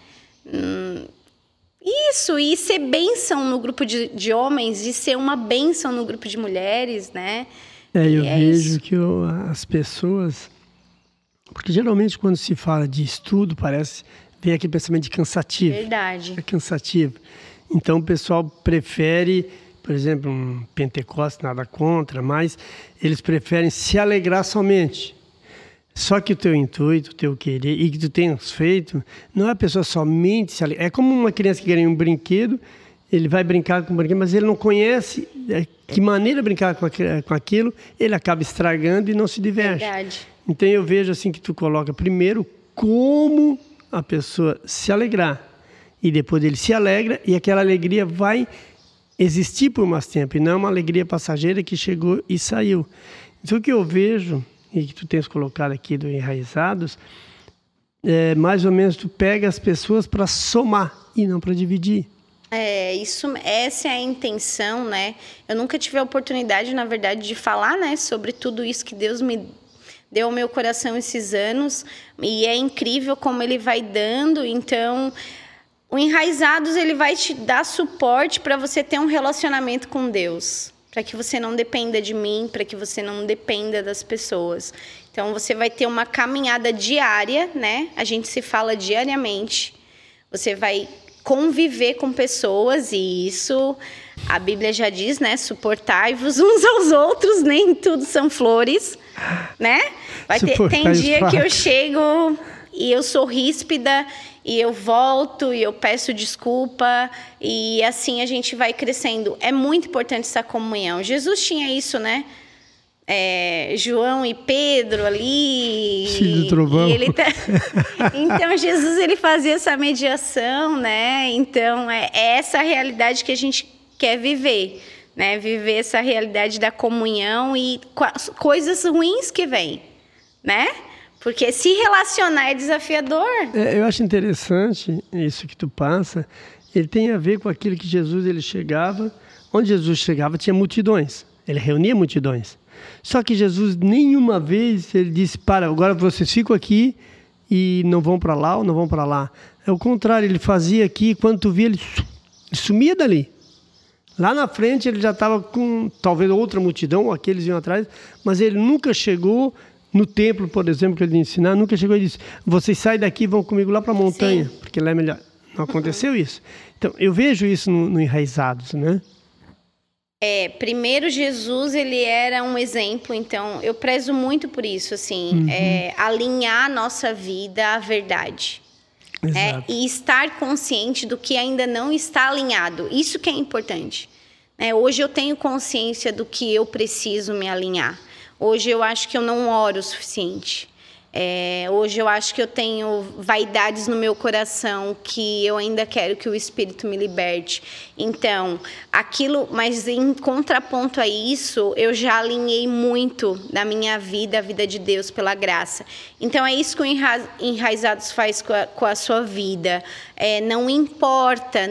Isso, e ser bênção no grupo de homens, e ser uma bênção no grupo de mulheres, né? Eu vejo que as pessoas... Porque geralmente quando se fala de estudo, vem aquele pensamento de cansativo. Verdade. É cansativo. Então o pessoal prefere, por exemplo, um Pentecostes, nada contra, mas eles preferem se alegrar somente. Só que o teu intuito, o teu querer e que tu tenhas feito, não é a pessoa somente se alegrar. É como uma criança que ganha um brinquedo, ele vai brincar com o brinquedo, mas ele não conhece que maneira brincar com aquilo, ele acaba estragando e não se diverte. Verdade. Então eu vejo assim que tu coloca primeiro como a pessoa se alegrar. E depois ele se alegra e aquela alegria vai existir por mais tempo. E não uma alegria passageira que chegou e saiu. Então o que eu vejo, e que tu tens colocado aqui do Enraizados, mais ou menos tu pega as pessoas para somar e não para dividir. Essa é a intenção, né? Eu nunca tive a oportunidade, na verdade, de falar, né, sobre tudo isso que Deus me deu ao meu coração esses anos. E é incrível como Ele vai dando. Então, o Enraizados, ele vai te dar suporte para você ter um relacionamento com Deus. Para que você não dependa de mim, para que você não dependa das pessoas. Então, você vai ter uma caminhada diária, né? A gente se fala diariamente. Você vai conviver com pessoas e isso, a Bíblia já diz, né? Suportai-vos uns aos outros, nem tudo são flores, né? Tem dia que eu chego e eu sou ríspida e eu volto e eu peço desculpa e assim a gente vai crescendo. É muito importante essa comunhão. Jesus tinha isso, né? João e Pedro ali. Filho do trovão. Então, Jesus, ele fazia essa mediação, né? Então, é essa realidade que a gente quer viver, né? Viver essa realidade da comunhão e coisas ruins que vêm, né? Porque se relacionar é desafiador. Eu acho interessante isso que tu passa. Ele tem a ver com aquilo que Jesus, ele chegava. Onde Jesus chegava, tinha multidões. Ele reunia multidões. Só que Jesus nenhuma vez ele disse, agora vocês ficam aqui e não vão para lá ou não vão para lá. É o contrário, ele fazia aqui, quando tu via, ele sumia dali. Lá na frente ele já estava com talvez outra multidão, ou aqueles iam atrás, mas ele nunca chegou no templo, por exemplo, que ele ensinar, nunca chegou e disse, vocês saem daqui e vão comigo lá para a montanha, sim, porque lá é melhor. Não aconteceu isso. Então, eu vejo isso no Enraizados, né? Primeiro Jesus, ele era um exemplo, então eu prezo muito por isso, assim, alinhar a nossa vida à verdade. E estar consciente do que ainda não está alinhado, isso que é importante. Hoje eu tenho consciência do que eu preciso me alinhar. Hoje eu acho que eu não oro o suficiente. Hoje eu acho que eu tenho vaidades no meu coração que eu ainda quero que o Espírito me liberte. Então, mas em contraponto a isso, eu já alinhei muito da minha vida, a vida de Deus pela graça. Então, é isso que o Enraizados faz com a sua vida. Não importa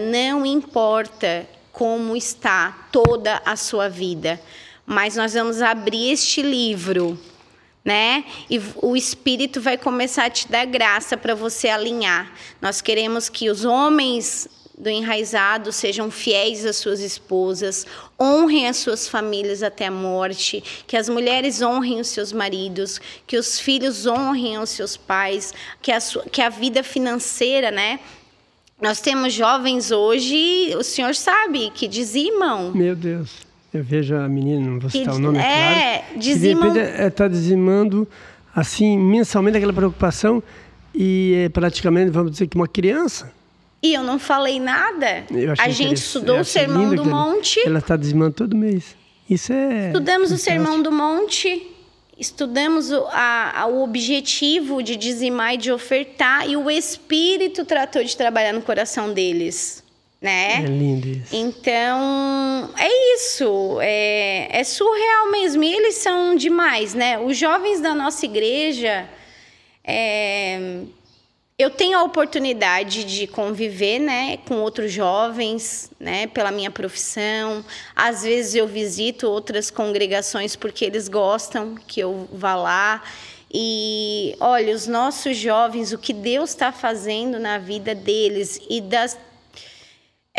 como está toda a sua vida, mas nós vamos abrir este livro, né? E o Espírito vai começar a te dar graça para você alinhar. Nós queremos que os homens do Enraizado sejam fiéis às suas esposas, honrem as suas famílias até a morte, que as mulheres honrem os seus maridos, que os filhos honrem os seus pais, que a vida financeira, né? Nós temos jovens hoje, o senhor sabe, que dizimam. Meu Deus. Eu vejo a menina, não vou citar o nome, claro. Dizimam. De repente está dizimando, assim, mensalmente aquela preocupação e praticamente, vamos dizer, que uma criança. E eu não falei nada. A gente estudou o Sermão do Monte. Ela está dizimando todo mês. Estudamos o Sermão do Monte, estudamos o objetivo de dizimar e de ofertar, e o Espírito tratou de trabalhar no coração deles. Né? É lindo isso. Então, é isso. É surreal mesmo. E eles são demais, né? Os jovens da nossa igreja... eu tenho a oportunidade de conviver, né, com outros jovens, né, pela minha profissão. Às vezes eu visito outras congregações porque eles gostam que eu vá lá. E, olha, os nossos jovens, o que Deus está fazendo na vida deles e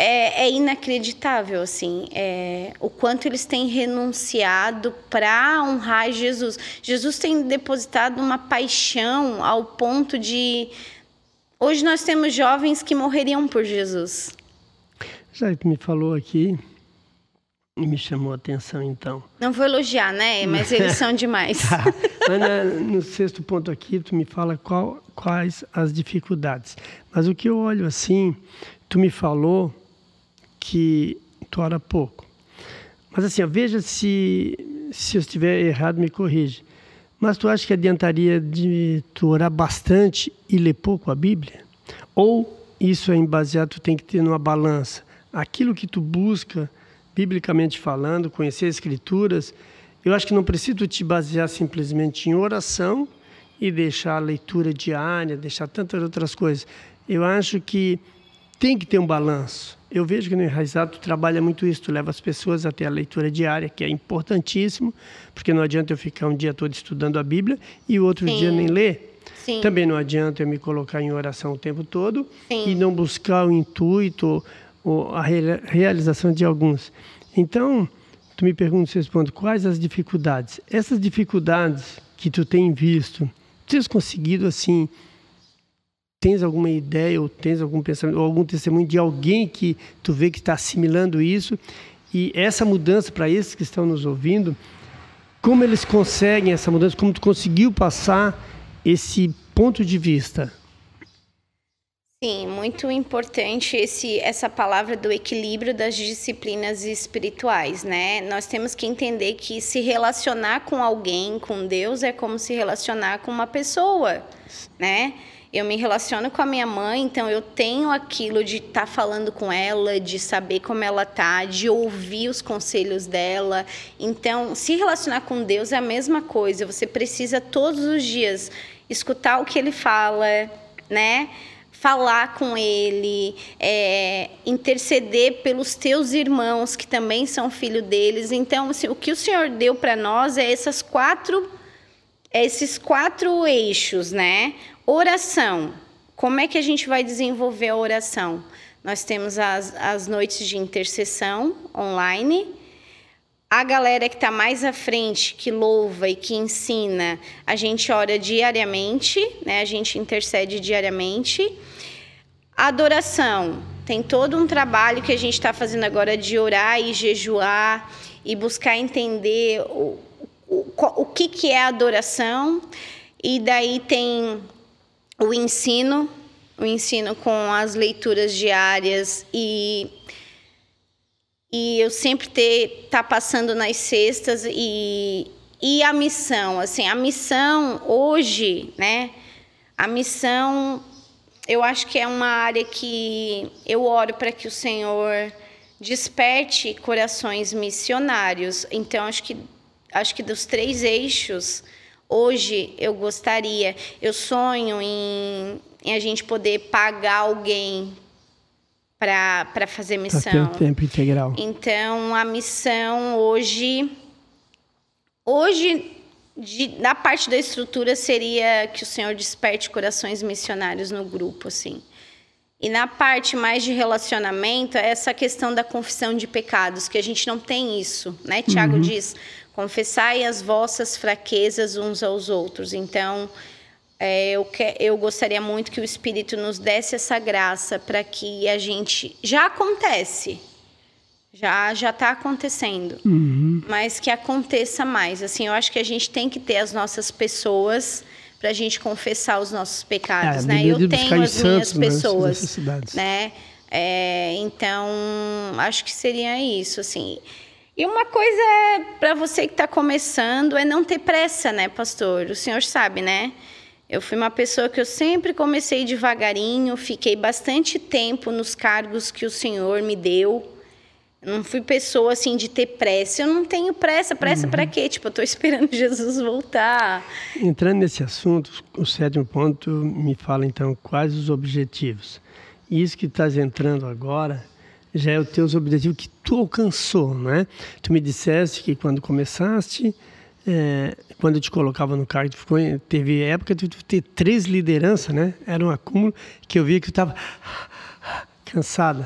é inacreditável, assim, o quanto eles têm renunciado para honrar Jesus. Jesus tem depositado uma paixão ao ponto de... Hoje nós temos jovens que morreriam por Jesus. Já que me falou aqui, me chamou a atenção, então. Não vou elogiar, né? Mas eles são demais. Tá. Mas no sexto ponto aqui, tu me fala quais as dificuldades. Mas o que eu olho assim, tu me falou que tu ora pouco. Mas assim, veja se eu estiver errado, me corrige. Mas tu acha que adiantaria de tu orar bastante e ler pouco a Bíblia? Ou isso é baseado, tu tem que ter numa balança aquilo que tu busca, biblicamente falando, conhecer as Escrituras? Eu acho que não precisa te basear simplesmente em oração e deixar a leitura diária, deixar tantas outras coisas. Eu acho que tem que ter um balanço. Eu vejo que no Enraizado tu trabalha muito isso, tu leva as pessoas até a leitura diária, que é importantíssimo, porque não adianta eu ficar um dia todo estudando a Bíblia e o outro dia nem ler. Sim. Também não adianta eu me colocar em oração o tempo todo Sim. e não buscar o intuito ou a realização de alguns. Então, tu me pergunta, quais as dificuldades? Essas dificuldades que tu tem visto, tu tens conseguido assim... Tens alguma ideia ou tens algum pensamento ou algum testemunho de alguém que tu vê que está assimilando isso? E essa mudança para esses que estão nos ouvindo, como eles conseguem essa mudança? Como tu conseguiu passar esse ponto de vista? Sim, muito importante essa palavra do equilíbrio das disciplinas espirituais, né? Nós temos que entender que se relacionar com alguém, com Deus, é como se relacionar com uma pessoa, né? Eu me relaciono com a minha mãe, então eu tenho aquilo de estar falando com ela, de saber como ela tá, de ouvir os conselhos dela. Então, se relacionar com Deus é a mesma coisa. Você precisa todos os dias escutar o que Ele fala, né? Falar com Ele, interceder pelos teus irmãos, que também são filhos deles. Então, assim, o que o Senhor deu para nós é esses quatro eixos, né? Oração. Como é que a gente vai desenvolver a oração? Nós temos as noites de intercessão online. A galera que está mais à frente, que louva e que ensina, a gente ora diariamente, né? A gente intercede diariamente. A adoração. Tem todo um trabalho que a gente está fazendo agora de orar e jejuar e buscar entender o que é a adoração. E daí tem o ensino com as leituras diárias e eu sempre tá passando nas sextas e a missão, assim, a missão hoje, né? A missão, eu acho que é uma área que eu oro para que o Senhor desperte corações missionários. Então, acho que dos 3 eixos, hoje eu sonho em a gente poder pagar alguém para fazer missão. Tempo integral. Então, a missão hoje na parte da estrutura seria que o Senhor desperte corações missionários no grupo, assim. E na parte mais de relacionamento, é essa questão da confissão de pecados, que a gente não tem isso, né? Tiago diz, confessai as vossas fraquezas uns aos outros. Então, eu gostaria muito que o Espírito nos desse essa graça para que a gente... Já acontece, já está acontecendo, mas que aconteça mais. Assim, eu acho que a gente tem que ter as nossas pessoas para a gente confessar os nossos pecados, né? Eu tenho as minhas pessoas, né? Então, acho que seria isso, assim. E uma coisa para você que está começando é não ter pressa, né, pastor? O senhor sabe, né? Eu fui uma pessoa que eu sempre comecei devagarinho, fiquei bastante tempo nos cargos que o Senhor me deu. Não fui pessoa, assim, de ter pressa. Eu não tenho pressa. Pressa para quê? Tipo, eu estou esperando Jesus voltar. Entrando nesse assunto, o 7º ponto me fala, então, quais os objetivos. E isso que estás entrando agora já é os teus objetivos que tu alcançou, né? Tu me disseste que quando começaste... quando eu te colocava no cargo, teve época de tu ter 3 lideranças, né? Era um acúmulo que eu via que tu estava cansada.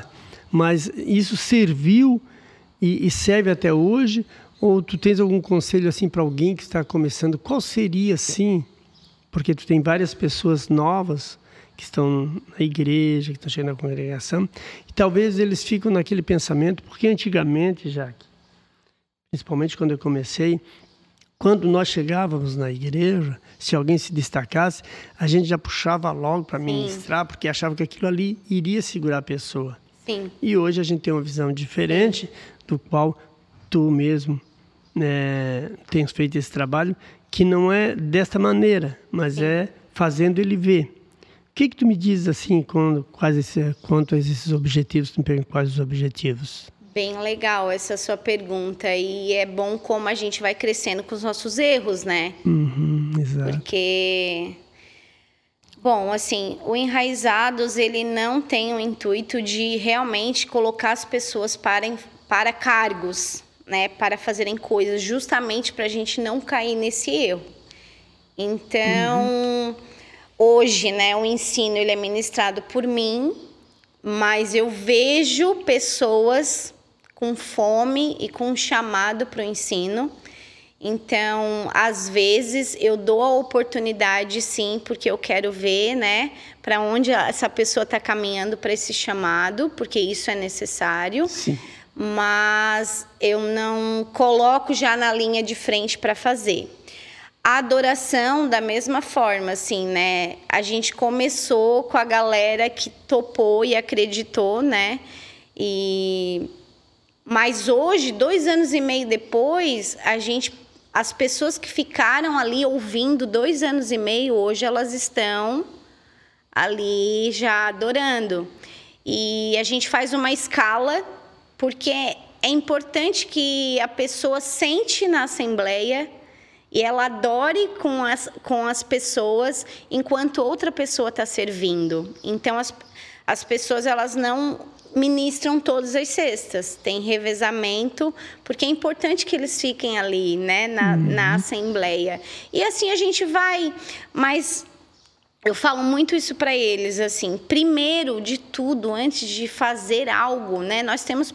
mas isso serviu e serve até hoje? Ou tu tens algum conselho assim para alguém que está começando? Qual seria assim? Porque tu tem várias pessoas novas que estão na igreja, que estão chegando na congregação, e talvez eles ficam naquele pensamento, porque antigamente, Jaque, principalmente quando eu comecei, quando nós chegávamos na igreja, se alguém se destacasse, a gente já puxava logo para ministrar, porque achava que aquilo ali iria segurar a pessoa. Sim. E hoje a gente tem uma visão diferente, do qual tu mesmo tens feito esse trabalho, que não é desta maneira, mas é fazendo ele ver. O que tu me diz assim quanto a esses objetivos? Tu me pergunta quais os objetivos? Bem legal essa sua pergunta, e é bom como a gente vai crescendo com os nossos erros, né? Exato. Porque, bom, assim, o Enraizados, ele não tem o intuito de realmente colocar as pessoas para cargos, né? Para fazerem coisas, justamente para a gente não cair nesse erro. Então, hoje, né, o ensino ele é ministrado por mim, mas eu vejo pessoas com fome e com chamado para o ensino. Então, às vezes, eu dou a oportunidade, sim, porque eu quero ver, né, para onde essa pessoa está caminhando para esse chamado, porque isso é necessário. Sim. Mas eu não coloco já na linha de frente para fazer. A adoração, da mesma forma, assim, né? A gente começou com a galera que topou e acreditou, né? Mas hoje, 2 anos e meio depois, as pessoas que ficaram ali ouvindo 2 anos e meio, hoje elas estão ali já adorando. E a gente faz uma escala, porque é importante que a pessoa sente na assembleia e ela adore com as pessoas enquanto outra pessoa está servindo. Então, as pessoas elas não ministram todas as sextas, tem revezamento, porque é importante que eles fiquem ali, né, na assembleia. E assim a gente vai, mas eu falo muito isso para eles, assim, primeiro de tudo, antes de fazer algo, né, nós temos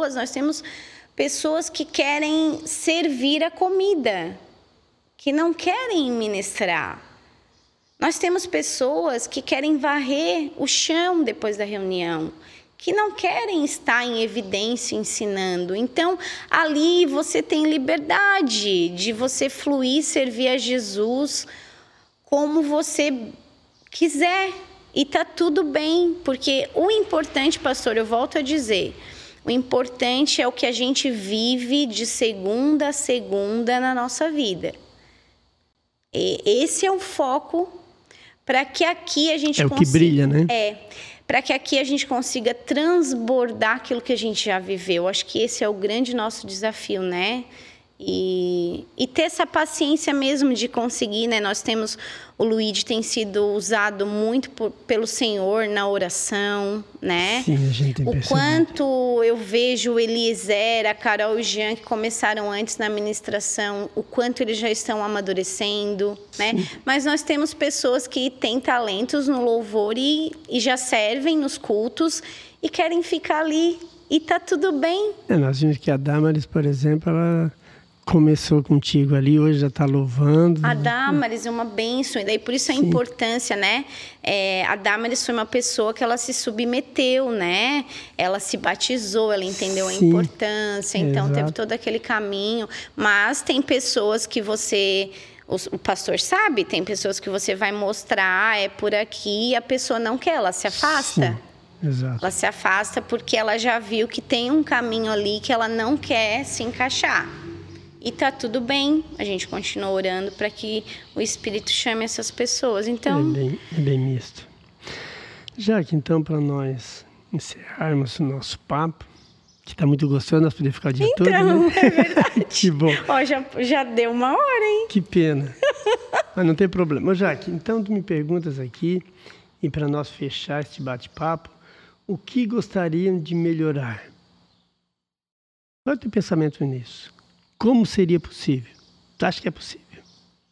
pessoas que querem servir a comida, que não querem ministrar. Nós temos pessoas que querem varrer o chão depois da reunião, que não querem estar em evidência ensinando. Então, ali você tem liberdade de você fluir, servir a Jesus como você quiser. E tá tudo bem, porque o importante, pastor, eu volto a dizer, o importante é o que a gente vive de segunda a segunda na nossa vida. E esse é o foco para que aqui a gente consiga... É o que brilha, né? Para que aqui a gente consiga transbordar aquilo que a gente já viveu. Acho que esse é o grande nosso desafio, né? E ter essa paciência mesmo de conseguir, né? Nós temos, o Luigi tem sido usado muito pelo Senhor na oração, né? Sim, a gente tem percebido. O quanto eu vejo o Eliezer, a Carol e o Jean, que começaram antes na ministração, o quanto eles já estão amadurecendo, né? Mas nós temos pessoas que têm talentos no louvor e já servem nos cultos e querem ficar ali. E tá tudo bem. Nós vimos que a Damaris, por exemplo, ela começou contigo ali, hoje já está louvando. A Damaris é uma bênção, e daí por isso a importância, né? A Damaris foi uma pessoa que ela se submeteu, né? Ela se batizou, ela entendeu a importância, então teve todo aquele caminho. Mas tem pessoas que o pastor sabe, tem pessoas que você vai mostrar, é por aqui, e a pessoa não quer, ela se afasta. Sim, exato. Ela se afasta porque ela já viu que tem um caminho ali que ela não quer se encaixar. E tá tudo bem, a gente continua orando para que o Espírito chame essas pessoas. Então... É bem misto. Já que então, para nós encerrarmos o nosso papo, que está muito gostoso, nós podemos ficar o dia todo, né? É verdade. Que bom. Ó, já deu 1 hora, hein? Que pena. Mas não tem problema. Ô, Jaque, então tu me perguntas aqui, e para nós fechar este bate-papo, o que gostariam de melhorar? Qual é o teu pensamento nisso? Como seria possível? Tu acha que é possível?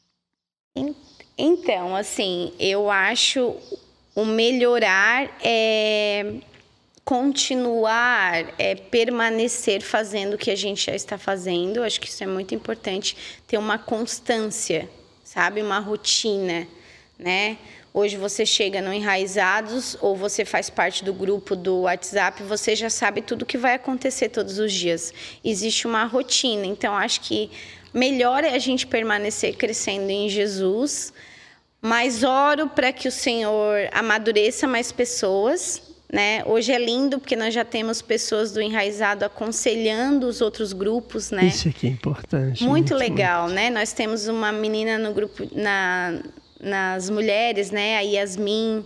Então, assim, eu acho o melhorar continuar, permanecer fazendo o que a gente já está fazendo. Acho que isso é muito importante, ter uma constância, sabe? Uma rotina, né? Hoje você chega no Enraizados ou você faz parte do grupo do WhatsApp, você já sabe tudo o que vai acontecer todos os dias. Existe uma rotina, então acho que melhor é a gente permanecer crescendo em Jesus, mas oro para que o Senhor amadureça mais pessoas, né? Hoje é lindo porque nós já temos pessoas do Enraizado aconselhando os outros grupos, né? Isso aqui é importante. Muito legal, né? Nós temos uma menina no grupo, nas mulheres, né? A Yasmin,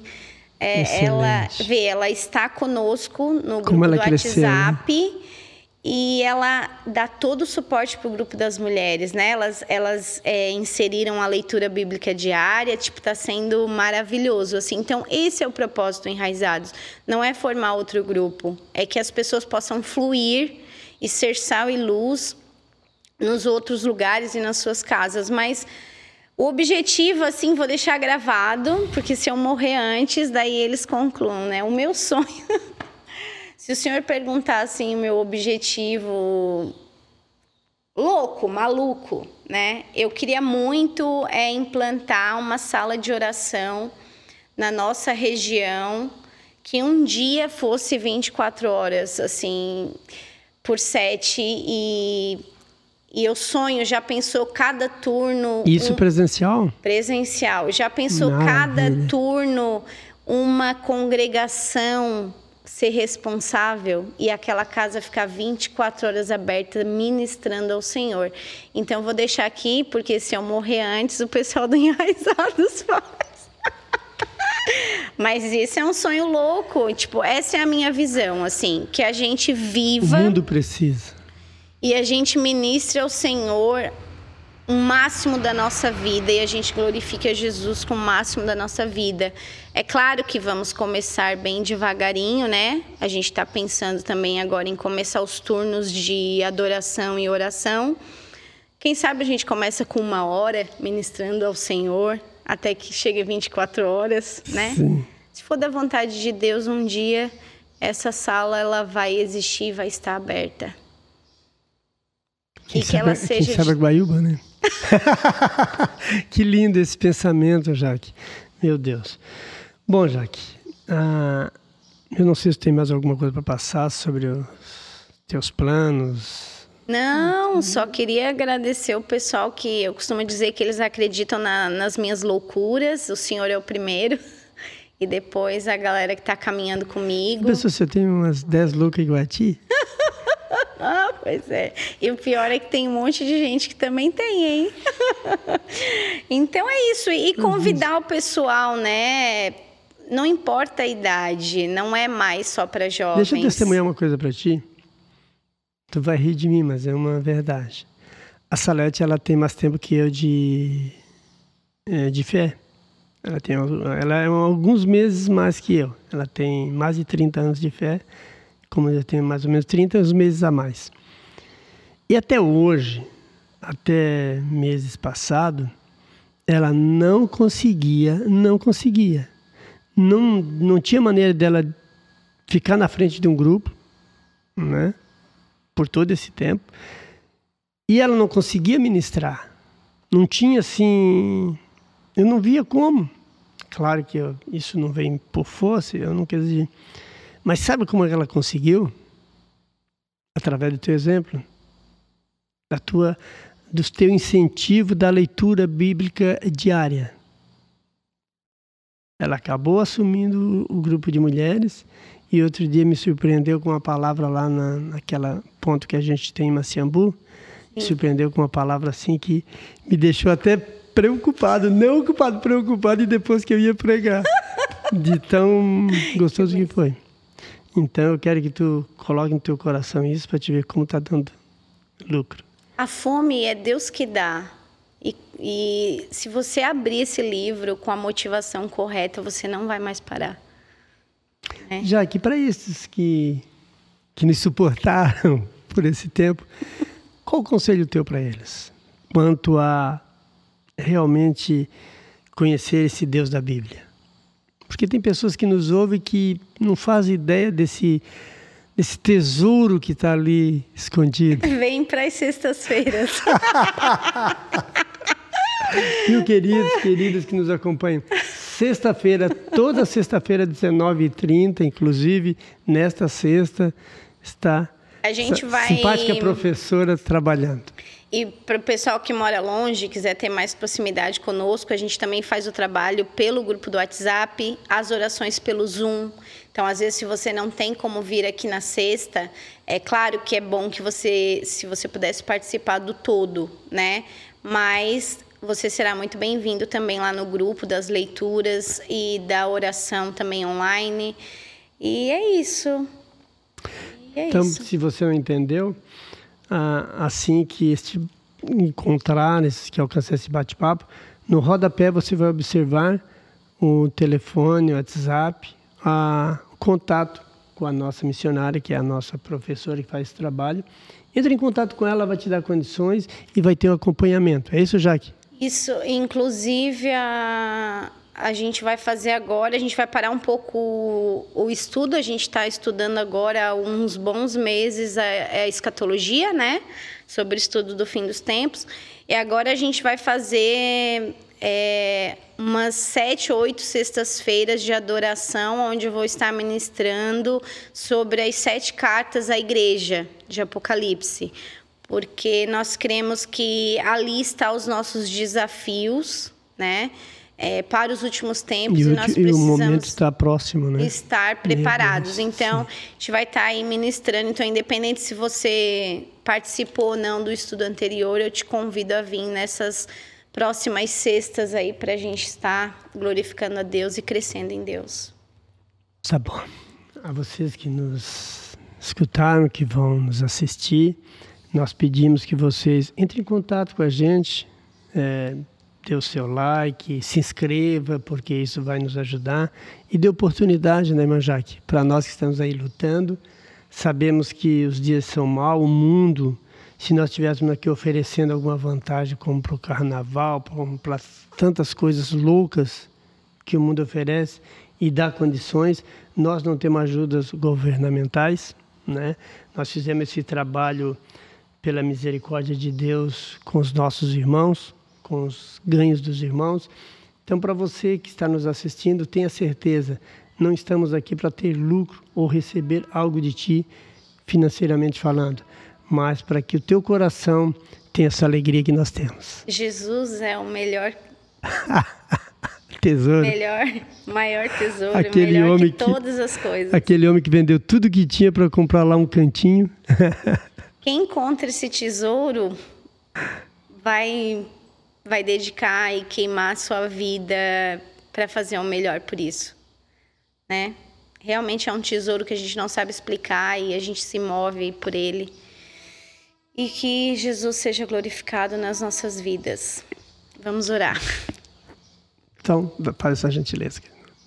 ela está conosco no grupo do WhatsApp, né? E ela dá todo o suporte para o grupo das mulheres, né? Elas inseriram a leitura bíblica diária, tá sendo maravilhoso, assim. Então, esse é o propósito Enraizados. Não é formar outro grupo, é que as pessoas possam fluir e ser sal e luz nos outros lugares e nas suas casas. Mas o objetivo, assim, vou deixar gravado, porque se eu morrer antes, daí eles concluam, né? O meu sonho... Se o senhor perguntar, assim, o meu objetivo louco, maluco, né? Eu queria muito implantar uma sala de oração na nossa região, que um dia fosse 24 horas, assim, por 7. E eu sonho, já pensou cada turno... Isso presencial? Presencial. Já pensou cada turno uma congregação... ser responsável e aquela casa ficar 24 horas aberta ministrando ao Senhor. Então, vou deixar aqui, porque se eu morrer antes, o pessoal do Enraizados faz. Mas esse é um sonho louco. Essa é a minha visão, assim, que a gente viva... O mundo precisa. E a gente ministre ao Senhor o máximo da nossa vida e a gente glorifique a Jesus com o máximo da nossa vida. É claro que vamos começar bem devagarinho, né? A gente está pensando também agora em começar os turnos de adoração e oração. Quem sabe a gente começa com 1 hora ministrando ao Senhor até que chegue 24 horas, né? Sim. Se for da vontade de Deus, um dia essa sala ela vai existir, vai estar aberta. Quem sabe a Guaiúba, né? Que lindo esse pensamento, Jaque. Meu Deus. Bom, Jaque, eu não sei se tem mais alguma coisa para passar sobre os teus planos. Não, só queria agradecer o pessoal que eu costumo dizer que eles acreditam nas minhas loucuras. O senhor é o primeiro. E depois a galera que está caminhando comigo. Pessoal, você tem umas 10 loucas igual a ti? Pois é. E o pior é que tem um monte de gente que também tem, hein? Então é isso. E convidar o pessoal, né? Não importa a idade, não é mais só para jovens. Deixa eu testemunhar uma coisa para ti. Tu vai rir de mim, mas é uma verdade. A Salete, ela tem mais tempo que eu de fé. Ela é alguns meses mais que eu. Ela tem mais de 30 anos de fé. Como eu tenho mais ou menos 30 meses a mais. E até hoje, até meses passados, ela não conseguia. Não tinha maneira dela ficar na frente de um grupo, né? Por todo esse tempo. E ela não conseguia ministrar. Não tinha assim... Eu não via como. Claro que isso não vem por força, eu não quis dizer... Mas sabe como ela conseguiu? Através do teu exemplo, do teu incentivo da leitura bíblica diária. Ela acabou assumindo o grupo de mulheres e outro dia me surpreendeu com uma palavra lá naquela ponto que a gente tem em Maciambu. Me surpreendeu com uma palavra assim que me deixou até preocupado, preocupado e depois que eu ia pregar. De tão gostoso que foi. Então, eu quero que tu coloque no teu coração isso para te ver como está dando lucro. A fome é Deus que dá. E se você abrir esse livro com a motivação correta, você não vai mais parar. Né? Já que para esses que nos suportaram por esse tempo, qual o conselho teu para eles? Quanto a realmente conhecer esse Deus da Bíblia? Porque tem pessoas que nos ouvem que não fazem ideia desse tesouro que está ali escondido. Vem para as sextas-feiras. Viu, queridos que nos acompanham? Sexta-feira, toda sexta-feira, 19h30, inclusive, nesta sexta, está a gente vai... simpática professora trabalhando. E para o pessoal que mora longe, quiser ter mais proximidade conosco, a gente também faz o trabalho pelo grupo do WhatsApp, as orações pelo Zoom. Então, às vezes, se você não tem como vir aqui na sexta, é claro que é bom que se você pudesse participar do todo, né? Mas você será muito bem-vindo também lá no grupo das leituras e da oração também online. E é isso. Então, se você não entendeu, assim que que alcançar esse bate-papo, no rodapé você vai observar o telefone, o WhatsApp, o contato com a nossa missionária, que é a nossa professora que faz esse trabalho. Entra em contato com ela, vai te dar condições e vai ter um acompanhamento. É isso, Jaque? Isso, inclusive a gente vai fazer agora, a gente vai parar um pouco o estudo, a gente está estudando agora há uns bons meses a escatologia, né? Sobre o estudo do fim dos tempos. E agora a gente vai fazer umas 7 ou 8 sextas-feiras de adoração, onde eu vou estar ministrando sobre as 7 cartas à igreja de Apocalipse. Porque nós cremos que ali estão os nossos desafios, né? Para os últimos tempos, e nós precisamos o momento está próximo, né? Estar preparados. Então, a gente vai estar aí ministrando. Então, independente se você participou ou não do estudo anterior, eu te convido a vir nessas próximas sextas aí para a gente estar glorificando a Deus e crescendo em Deus. Tá bom. A vocês que nos escutaram, que vão nos assistir, nós pedimos que vocês entrem em contato com a gente, dê o seu like, se inscreva, porque isso vai nos ajudar. E dê oportunidade, né, irmã Jaque, para nós que estamos aí lutando. Sabemos que os dias são maus, o mundo, se nós estivéssemos aqui oferecendo alguma vantagem, como para o carnaval, como para tantas coisas loucas que o mundo oferece e dá condições, nós não temos ajudas governamentais, né? Nós fizemos esse trabalho pela misericórdia de Deus com os nossos irmãos, com os ganhos dos irmãos. Então, para você que está nos assistindo, tenha certeza, não estamos aqui para ter lucro ou receber algo de ti, financeiramente falando, mas para que o teu coração tenha essa alegria que nós temos. Jesus é o melhor tesouro. Maior tesouro, aquele melhor homem que todas as coisas. Aquele homem que vendeu tudo que tinha para comprar lá um cantinho. Quem encontra esse tesouro vai dedicar e queimar a sua vida para fazer o melhor por isso, né? Realmente é um tesouro que a gente não sabe explicar e a gente se move por ele. E que Jesus seja glorificado nas nossas vidas. Vamos orar. Então, faz essa gentileza.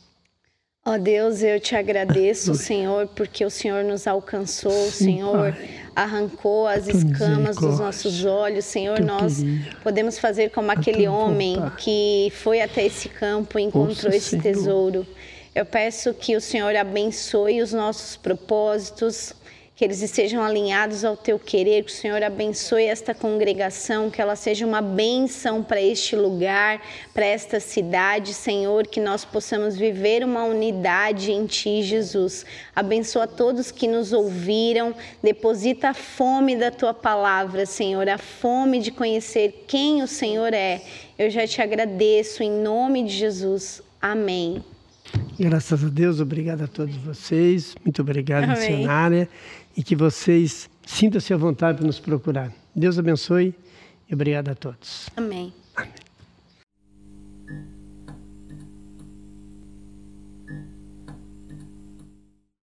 Ó Deus, eu te agradeço, Senhor, porque o Senhor nos alcançou, o Senhor arrancou as escamas dos nossos olhos. Senhor, nós podemos fazer como aquele homem que foi até esse campo e encontrou esse tesouro. Eu peço que o Senhor abençoe os nossos propósitos, que eles estejam alinhados ao teu querer, que o Senhor abençoe esta congregação, que ela seja uma bênção para este lugar, para esta cidade, Senhor, que nós possamos viver uma unidade em Ti, Jesus. Abençoa todos que nos ouviram, deposita a fome da Tua palavra, Senhor, a fome de conhecer quem o Senhor é. Eu já te agradeço em nome de Jesus. Amém. Graças a Deus, obrigado a todos vocês, muito obrigado, missionária, e que vocês sintam-se à vontade para nos procurar. Deus abençoe e obrigado a todos. Amém. Amém.